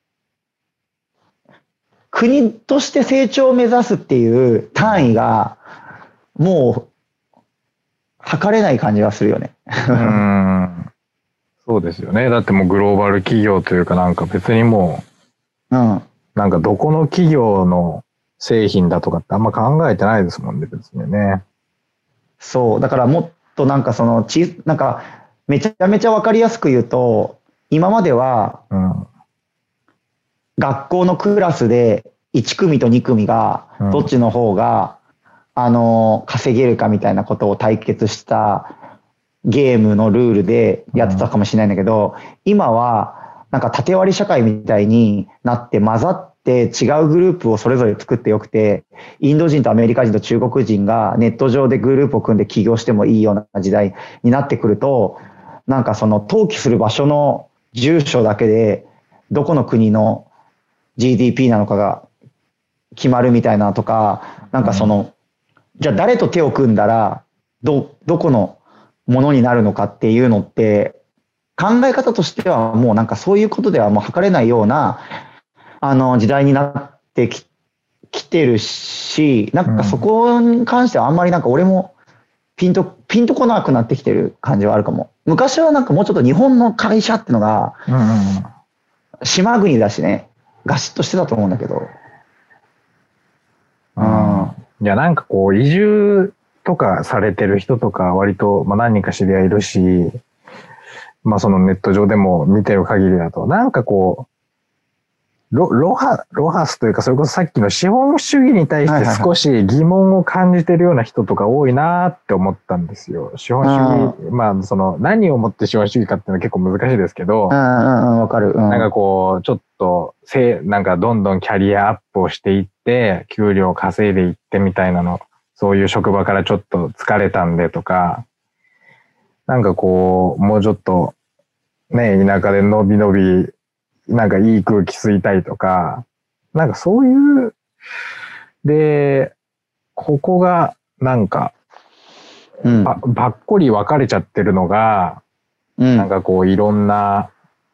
国として成長を目指すっていう単位がもう測れない感じがするよね。 うーん、そうですよね。だってもうグローバル企業というか、なんか別にもう、うん、なんかどこの企業の製品だとかってあんま考えてないですもんね、別にね。 そう、だからもっとなんかそのちなんかめちゃめちゃわかりやすく言うと、今までは、うん、学校のクラスでいち組とに組がどっちの方が、うん、あの稼げるかみたいなことを対決したゲームのルールでやってたかもしれないんだけど、うん、今はなんか縦割り社会みたいになって混ざって違うグループをそれぞれ作ってよくて、インド人とアメリカ人と中国人がネット上でグループを組んで起業してもいいような時代になってくると、なんかその登記する場所の住所だけでどこの国の ジーディーピー なのかが決まるみたいなとか、なんかその、うん、じゃあ誰と手を組んだらどどこのものになるのかっていうのって考え方としてはもうなんかそういうことではもう測れないようなあの時代になってき、きてるし、なんかそこに関してはあんまりなんか俺もピンとピンとこなくなってきてる感じはあるかも。昔はなんかもうちょっと日本の会社ってのが島国だしね、ガシッとしてたと思うんだけど。 うん、いやなんかこう移住とかされてる人とか割と、まあ、何人か知り合いいるし、まあそのネット上でも見てる限りだと、なんかこう、ロ、ロハ、ロハスというか、それこそさっきの資本主義に対して少し疑問を感じてるような人とか多いなって思ったんですよ。資本主義、まあその何をもって資本主義かっていうのは結構難しいですけど、 うんうんうん、わかる。うん、 なんかこう、ちょっと、せなんかどんどんキャリアアップをしていって、給料を稼いでいってみたいなの、そういう職場からちょっと疲れたんでとか、なんかこう、もうちょっと、ね、田舎でのびのび、なんかいい空気吸いたいとか、なんかそういう、で、ここがなんか、うん、ば, ばっこり分かれちゃってるのが、うん、なんかこういろんな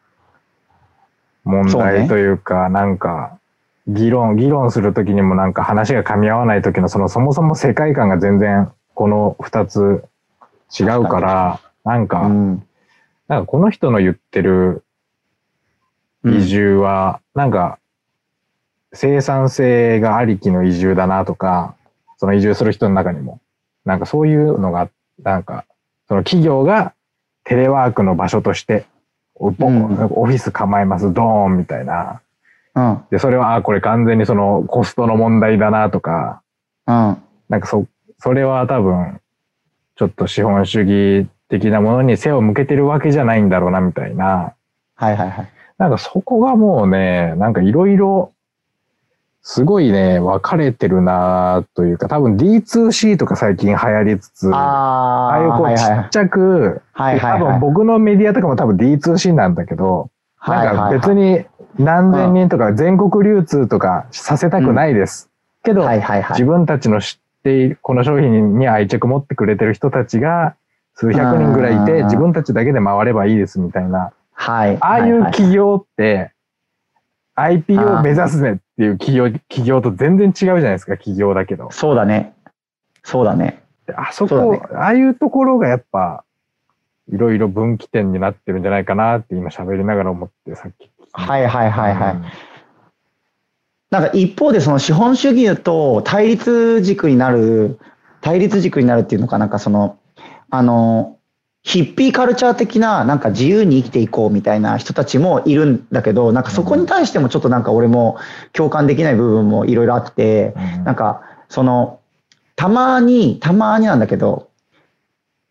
問題というか、うね、なんか議論、議論するときにもなんか話が噛み合わないときのそのそもそも世界観が全然この二つ違うから、なんか、うん、なんかこの人の言ってる移住は、なんか、生産性がありきの移住だなとか、その移住する人の中にも、なんかそういうのが、なんか、その企業がテレワークの場所として、うん、オフィス構えます、ドーンみたいな。うん、で、それは、あ、これ完全にそのコストの問題だなとか、うん、なんかそ、それは多分、ちょっと資本主義的なものに背を向けてるわけじゃないんだろうな、みたいな。 はいはいはい。 なんかそこがもうね、なんかいろいろ、すごいね、分かれてるなというか、多分 ディーツーシー とか最近流行りつつ、ああいうこうちっちゃく、はいはい、多分僕のメディアとかも多分 ディーツーシー なんだけど、はいはいはい、なんか別に何千人とか全国流通とかさせたくないです。うん、けど、はいはいはい、自分たちの知っている、この商品に愛着持ってくれてる人たちが数百人ぐらいいて、自分たちだけで回ればいいですみたいな。はい。ああいう企業って、アイピーオー 目指すねっていう企業、企業と全然違うじゃないですか、企業だけど。 そうだね。そうだね。 あそこ、ね、ああいうところがやっぱ、いろいろ分岐点になってるんじゃないかなって今喋りながら思ってさっき。 はいはいはいはい。うん、なんか一方でその資本主義と対立軸になる、対立軸になるっていうのかなんかその、あの、ヒッピーカルチャー的ななんか自由に生きていこうみたいな人たちもいるんだけど、なんかそこに対してもちょっとなんか俺も共感できない部分もいろいろあって、なんかそのたまにたまになんだけど、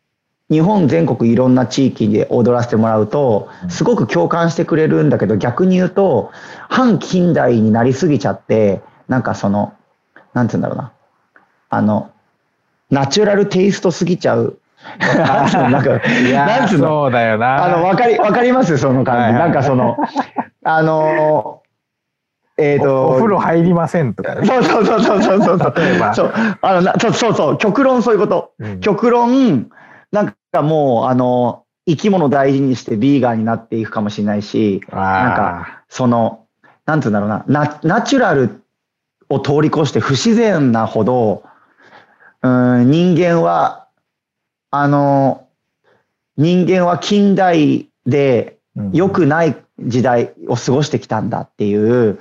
日本全国いろんな地域で踊らせてもらうと、すごく共感してくれるんだけど、逆に言うと、反近代になりすぎちゃって、なんかその、なんて言うんだろうな。あの、ナチュラルテイストすぎちゃう。なんか、 いやなんつうの、 そうだよな。 あの、わかり、わかりますその感じ。はいはい、なんかその、あの、えっ、ー、とお、お風呂入りませんとか、ね。 そうそうそうそうそうそう。例えば。そう、あのなそうそうそう、極論そういうこと。うん、極論、なんかもう、あの、生き物大事にしてビーガンになっていくかもしれないし、なんか、その、なんていうんだろうな、ナ、ナチュラルを通り越して不自然なほど、うん、人間は、あの、人間は近代で良くない時代を過ごしてきたんだっていう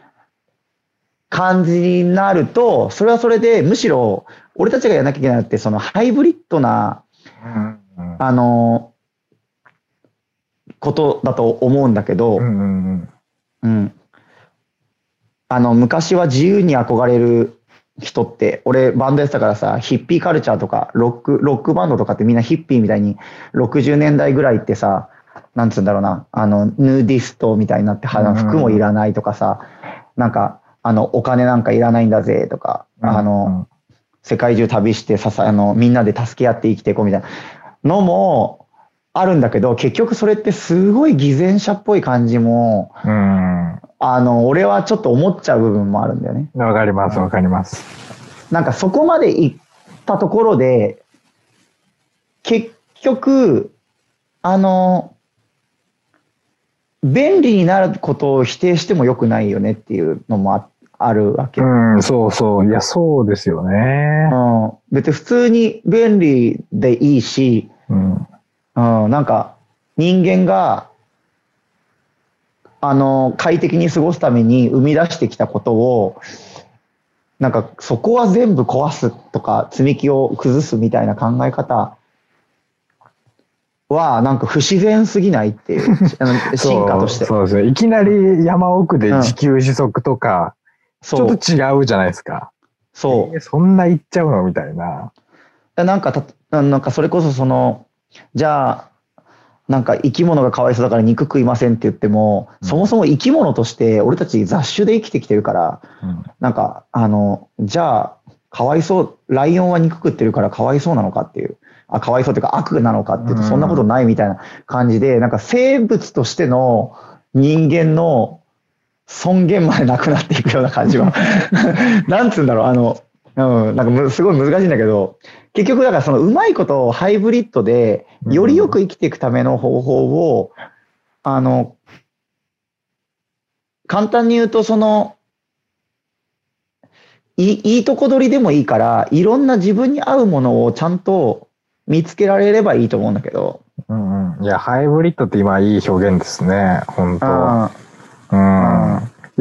感じになると、それはそれでむしろ俺たちがやらなきゃいけないのって、そのハイブリッドな、あの、ことだと思うんだけど、うん。あの、昔は自由に憧れる人って、俺バンドやってたからさ、ヒッピーカルチャーとか、ロック、ロックバンドとかってみんなヒッピーみたいに、ろくじゅうねんだいぐらいってさ、なんつうんだろうな、あの、ヌーディストみたいになって、服もいらないとかさ、なんか、あの、お金なんかいらないんだぜとか、あの、世界中旅してささ、あの、みんなで助け合って生きていこうみたいなのもあるんだけど、結局それってすごい偽善者っぽい感じも、うんあの、俺はちょっと思っちゃう部分もあるんだよね。 わかります、わかります。 なんかそこまで行ったところで、結局、あの、便利になることを否定してもよくないよねっていうのも あ, あるわけ。 うん、そうそう。いや、そうですよね。 うん。別に普通に便利でいいし、うん。うん、なんか人間が、あの、快適に過ごすために生み出してきたことを、なんかそこは全部壊すとか、積み木を崩すみたいな考え方は、なんか不自然すぎないっていう、進化として。 そうですね。いきなり山奥で自給自足とか、うん、ちょっと違うじゃないですか。 そう。 えー、そんな言っちゃうのみたいな。 なんかた、なんかそれこそその、じゃあ、なんか生き物がかわいそうだから肉食いませんって言っても、うん、そもそも生き物として俺たち雑種で生きてきてるから、うん、なんか、あの、じゃあ、かわいそう、ライオンは肉食ってるからかわいそうなのかっていう、あ、かわいそうっていうか悪なのかっていうと、そんなことないみたいな感じで、なんか生物としての人間の尊厳までなくなっていくような感じは。なんつうんだろう、あの、うん、なんかすごい難しいんだけど、結局だからそのうまいことをハイブリッドでよりよく生きていくための方法を、あの、簡単に言うとその、いい、いいとこ取りでもいいから、いろんな自分に合うものをちゃんと見つけられればいいと思うんだけど。 うんうん。いや、ハイブリッドって今いい表現ですね、本当。うん。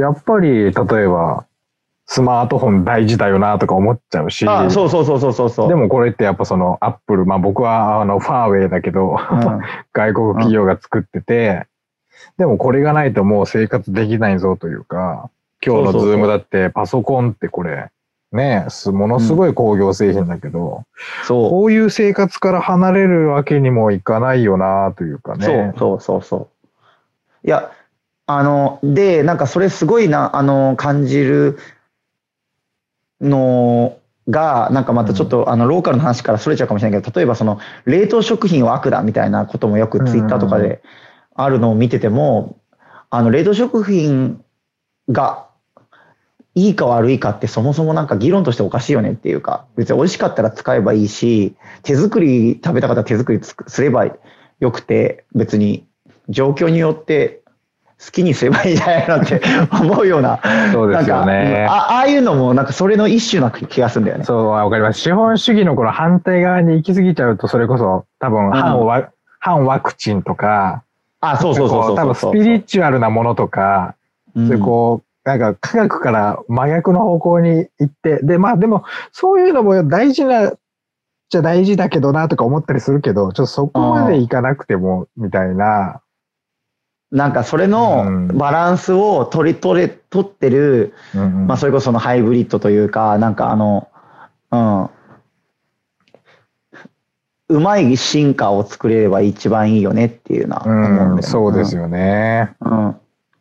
やっぱり、例えば、スマートフォン大事だよなとか思っちゃうし。 あ、そうそうそうそうそう。 でもこれってやっぱそのアップル、まあ僕はあのファーウェイだけど、うん、外国企業が作ってて、でもこれがないともう生活できないぞというか、今日のズームだってパソコンってこれ、ね、ものすごい工業製品だけど、うん、そうこういう生活から離れるわけにもいかないよなというかね。 そうそうそうそう。いや、あの、で、なんかそれすごいな、あの、感じる、のが、なんかまたちょっと、うん、あの、ローカルの話からそれちゃうかもしれないけど、例えばその、冷凍食品は悪だみたいなこともよくツイッターとかであるのを見てても、あの、冷凍食品がいいか悪いかってそもそもなんか議論としておかしいよねっていうか、別に美味しかったら使えばいいし、手作り食べたかったら手作りすればよくて、別に状況によって好きにすればいいんじゃないのって思うような、 そうですよね。 あ, ああいうのもなんかそれの一種な気がするんだよね。 そう、わかります。資本主義のこの反対側に行き過ぎちゃうと、それこそ多分反ワ、うん、反ワクチンとか、 あ、そうそうそうそうそう。 多分スピリチュアルなものとか、うん、そういうこう、なんか科学から真逆の方向に行って、で、まあでも、そういうのも大事な、じゃ大事だけどなとか思ったりするけど、ちょっとそこまでいかなくても、みたいな。 なんかそれのバランスを取り取れ、取ってる、うんうん、まあそれこそそのハイブリッドというか、なんかあの、うん。 うまい進化を作れれば一番いいよねっていうのは思うんだよね。 うん、そうですよね。 うん。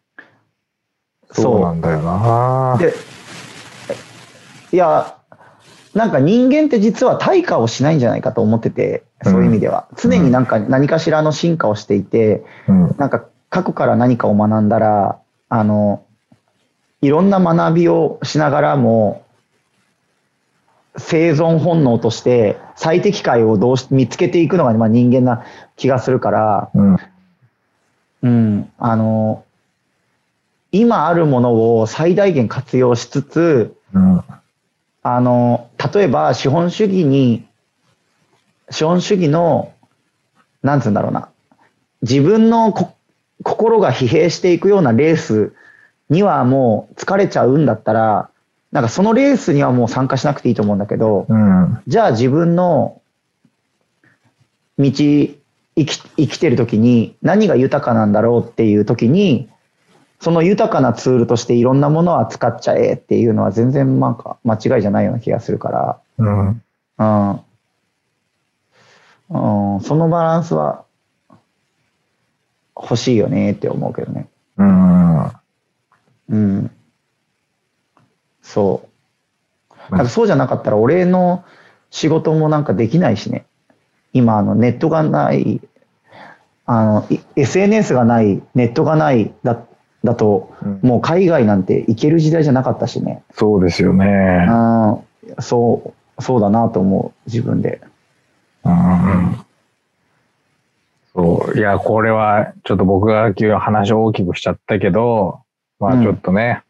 そうなんだよな。 で、いや、なんか人間って実は退化をしないんじゃないかと思ってて、そういう意味では。うん、常になんか何かしらの進化をしていて、うん、なんか過去から何かを学んだら、あの、いろんな学びをしながらも、生存本能として最適解をどうし見つけていくのが、まあ、人間な気がするから、うん、うん、あの、今あるものを最大限活用しつつ、うん、あの、例えば資本主義に、資本主義の、なんつうんだろうな、自分のこ心が疲弊していくようなレースにはもう疲れちゃうんだったら、なんかそのレースにはもう参加しなくていいと思うんだけど、うん、じゃあ自分の道生き、生きてる時に何が豊かなんだろうっていう時に、その豊かなツールとしていろんなものは使っちゃえっていうのは全然なんか間違いじゃないような気がするから、うんうんうん、そのバランスは欲しいよねって思うけどね。うん、うん、そう。なんかそうじゃなかったら俺の仕事もなんかできないしね。今あのネットがない、あの エスエヌエス がない、ネットがないだだと、うん、もう海外なんて行ける時代じゃなかったしね。 そうですよね。 うん、そう、そうだなと思う、自分で。うん、 そう。いや、これは、ちょっと僕が急に話を大きくしちゃったけど、まあちょっとね、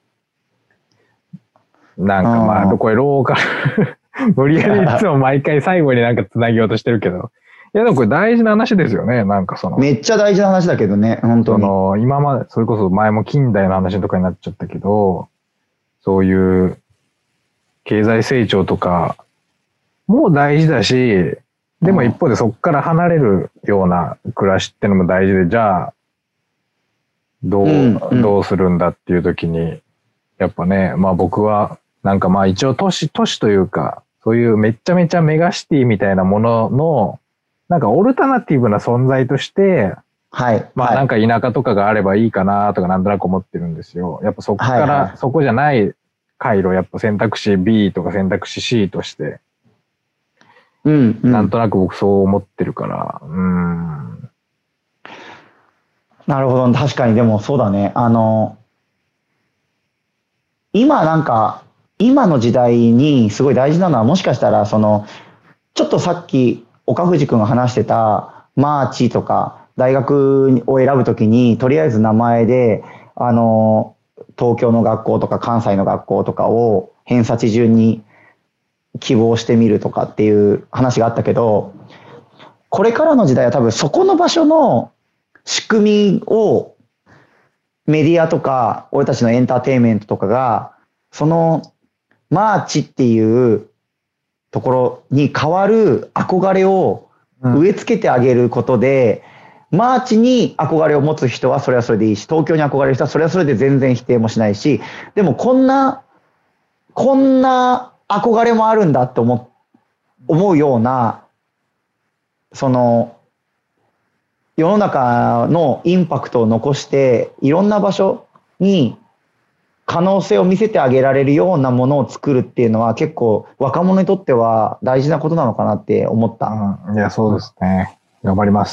うん、なんかまあ、これローカル、無理やりいつも毎回最後になんかつなげようとしてるけど、いやでもこれ大事な話ですよね、なんかその。 めっちゃ大事な話だけどね、本当に。その、 今まで、それこそ前も近代の話とかになっちゃったけど、そういう経済成長とかも大事だし、でも一方でそこから離れるような暮らしってのも大事で、じゃあ、どう、うんうん、どうするんだっていう時に、やっぱね、まあ僕は、なんかまあ一応都市、都市というか、そういうめっちゃめちゃメガシティみたいなものの、なんかオルタナティブな存在として、 はい。 まあなんか田舎とかがあればいいかなとかなんとなく思ってるんですよ。やっぱそこから、はいはい、そこじゃない回路、やっぱ選択肢 ビー とか選択肢 シー として、うん、うん、なんとなく僕そう思ってるから、うん。 なるほど、確かにでもそうだね。あの、今なんか、今の時代にすごい大事なのはもしかしたら、その、ちょっとさっき岡藤君が話してたマーチとか大学を選ぶときにとりあえず名前で、あの、東京の学校とか関西の学校とかを偏差値順に希望してみるとかっていう話があったけど、これからの時代は多分そこの場所の仕組みをメディアとか俺たちのエンターテインメントとかがそのマーチっていうところに変わる憧れを植え付けてあげることで、うん、マーチに憧れを持つ人はそれはそれでいいし、東京に憧れる人はそれはそれで全然否定もしないし、でもこんなこんな憧れもあるんだって思思うような、その世の中のインパクトを残していろんな場所に可能性を見せてあげられるようなものを作るっていうのは結構若者にとっては大事なことなのかなって思った。 うん、いや、そうですね。頑張ります。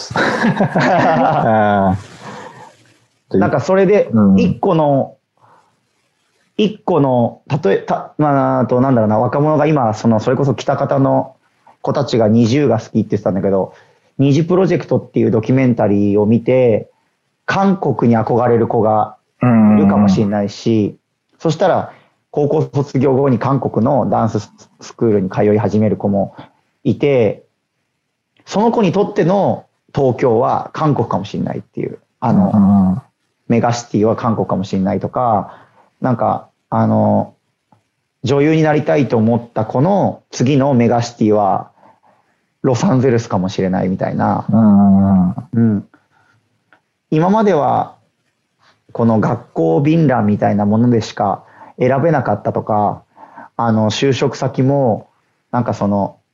なんかそれで一個の、一個の、例え、た、まあ、あとなんだろうな、若者が今、その、それこそ北方の子たちがにじゅうが好きって言ってたんだけど、にじプロジェクトっていうドキュメンタリーを見て、韓国に憧れる子がいるかもしれないし、そしたら高校卒業後に韓国のダンススクールに通い始める子もいて、その子にとっての東京は韓国かもしれないっていう、あの、メガシティは韓国かもしれないとか、なんか、あの、女優になりたいと思った子の次のメガシティはロサンゼルスかもしれないみたいな。うん。今まではこの学校便欄みたいなものでしか選べなかったとか、あの就職先もなんかその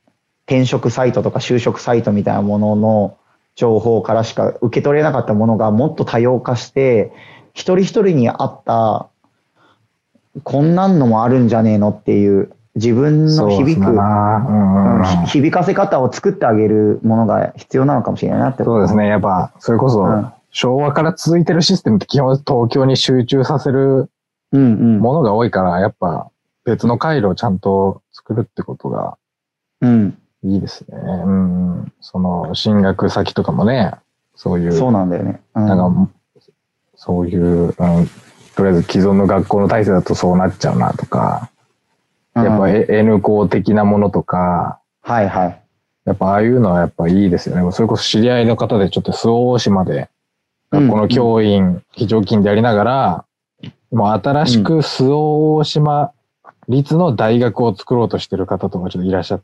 転職サイトとか就職サイトみたいなものの情報からしか受け取れなかったものがもっと多様化して、一人一人に合ったこんなんのもあるんじゃねえのっていう自分の響く、うんうん、響かせ方を作ってあげるものが必要なのかもしれないなって。 そうですね。やっぱそれこそ、うん、昭和から続いてるシステムって基本東京に集中させるものが多いから、やっぱ別の回路をちゃんと作るってことがいいですね。うんうん、その進学先とかもね、そういう。 そうなんだよね。うん、 なんかそういう、うん、とりあえず既存の学校の体制だとそうなっちゃうなとか、やっぱ N 校的なものとか、 はいはい。 やっぱああいうのはやっぱいいですよね。それこそ知り合いの方でちょっと周防大島で学校の教員、うん、非常勤でやりながら、もう新しく周防大島立の大学を作ろうとしてる方とかちょっといらっしゃって、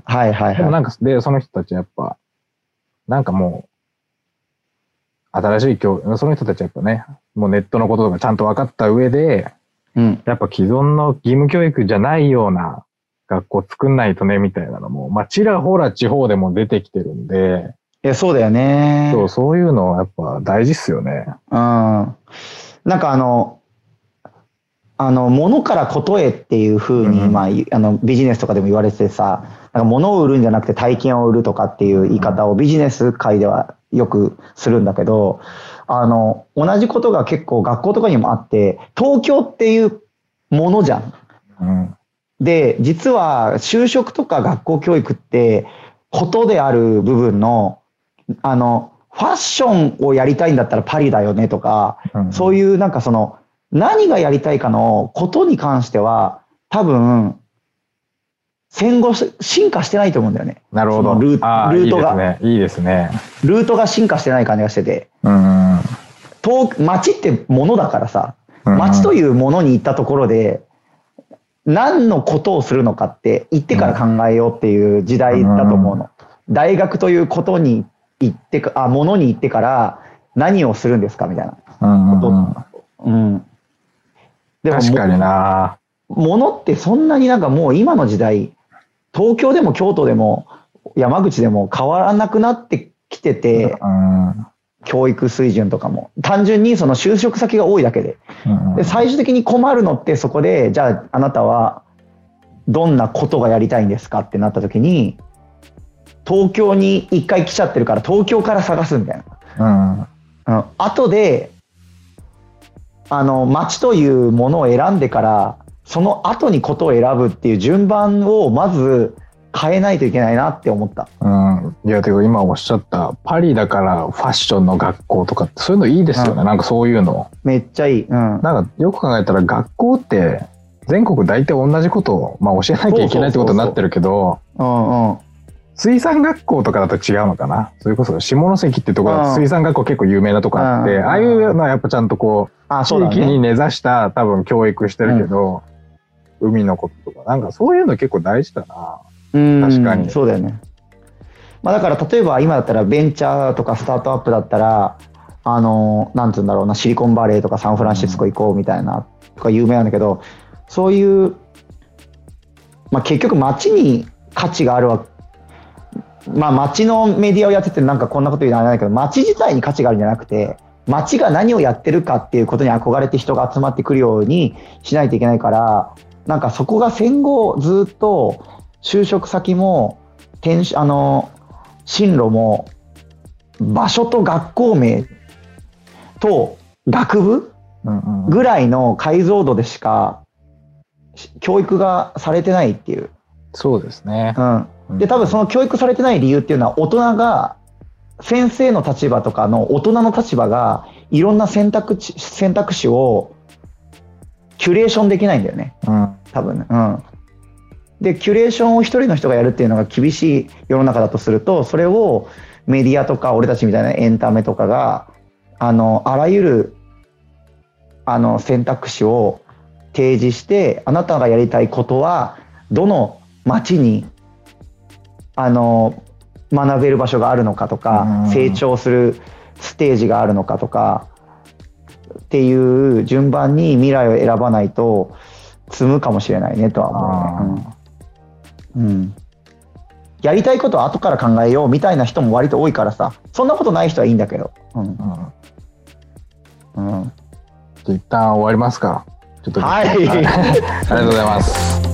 はいはいはい。 でもなんか、で、その人たちやっぱ、なんかもう、新しい教、その人たちはやっぱね、もうネットのこととかちゃんと分かった上で、うん、やっぱ既存の義務教育じゃないような学校作んないとね、みたいなのも、まあ、ちらほら地方でも出てきてるんで。 いや、そうだよね。 そう、そういうのはやっぱ大事っすよね。 うん。なんかあの、あの、物からことへっていう風に、うん、まあ、あの、ビジネスとかでも言われててさ、なんか物を売るんじゃなくて体験を売るとかっていう言い方をビジネス界ではよくするんだけど、あの、同じことが結構学校とかにもあって、東京っていうものじゃん。うん、で、実は就職とか学校教育って、ことである部分の、あの、ファッションをやりたいんだったらパリだよねとか、うん、そういうなんかその、何がやりたいかのことに関しては、多分、戦後進化してないと思うんだよね。 なるほど。 ルー、ルートが。 いいですね。 ルートが進化してない感じがしてて。うん、東街ってものだからさ、街というものに行ったところで、何のことをするのかって言ってから考えようっていう時代だと思うの。うん、大学ということに行ってか、あ、ものに行ってから何をするんですかみたいなこと。うん、うん。 でも確かにな。 ものってそんなになんかもう今の時代、東京でも京都でも山口でも変わらなくなってきてて、うん、教育水準とかも単純にその就職先が多いだけで、うん、で最終的に困るのってそこで、じゃああなたはどんなことがやりたいんですかってなった時に、東京に一回来ちゃってるから東京から探すみたいな、うんうん、後であの街というものを選んでからその後にことを選ぶっていう順番をまず変えないといけないなって思った。 うん。いや、てか今おっしゃったパリだからファッションの学校とかってそういうのいいですよね。うん、なんかそういうの。 めっちゃいい。うん。 なんかよく考えたら学校って全国大体同じことを、まあ、教えなきゃいけないってことになってるけど、うんうん。水産学校とかだと違うのかな。それこそ下関ってところは水産学校結構有名なとこあって、うん、ああいうのはやっぱちゃんとこう、あ、そうだね、地域に根ざした多分教育してるけど、うん、海のこととか、なんかそういうの結構大事だな。 うん、確かに。そうだよね。まあだから例えば今だったらベンチャーとかスタートアップだったら、あの、なんつうんだろうな、シリコンバレーとかサンフランシスコ行こうみたいな、とか有名なんだけど、そういう、まあ結局街に価値があるわけ、まあ街のメディアをやっててなんかこんなこと言うのはあれないけど、街自体に価値があるんじゃなくて、街が何をやってるかっていうことに憧れて人が集まってくるようにしないといけないから、なんかそこが戦後ずっと就職先も転あの進路も場所と学校名と学部ぐらいの解像度でしか教育がされてないっていう。 そうですね。 うん。で、多分その教育されてない理由っていうのは、大人が先生の立場とかの大人の立場がいろんな選択肢選択肢をキュレーションできないんだよね。うん。多分ね。うん。で、キュレーションを一人の人がやるっていうのが厳しい世の中だとすると、それをメディアとか俺たちみたいなエンタメとかが、あの、あらゆる、あの、選択肢を提示して、あなたがやりたいことは、どの街に、あの、学べる場所があるのかとか、成長するステージがあるのかとか、っていう順番に未来を選ばないと積むかもしれないねとは思うね。うん。うん、 やりたいことは後から考えようみたいな人も割と多いからさ、そんなことない人はいいんだけど。うん。うん。うん、 じゃ一旦終わりますか。ちょっと。 はい。 ありがとうございます。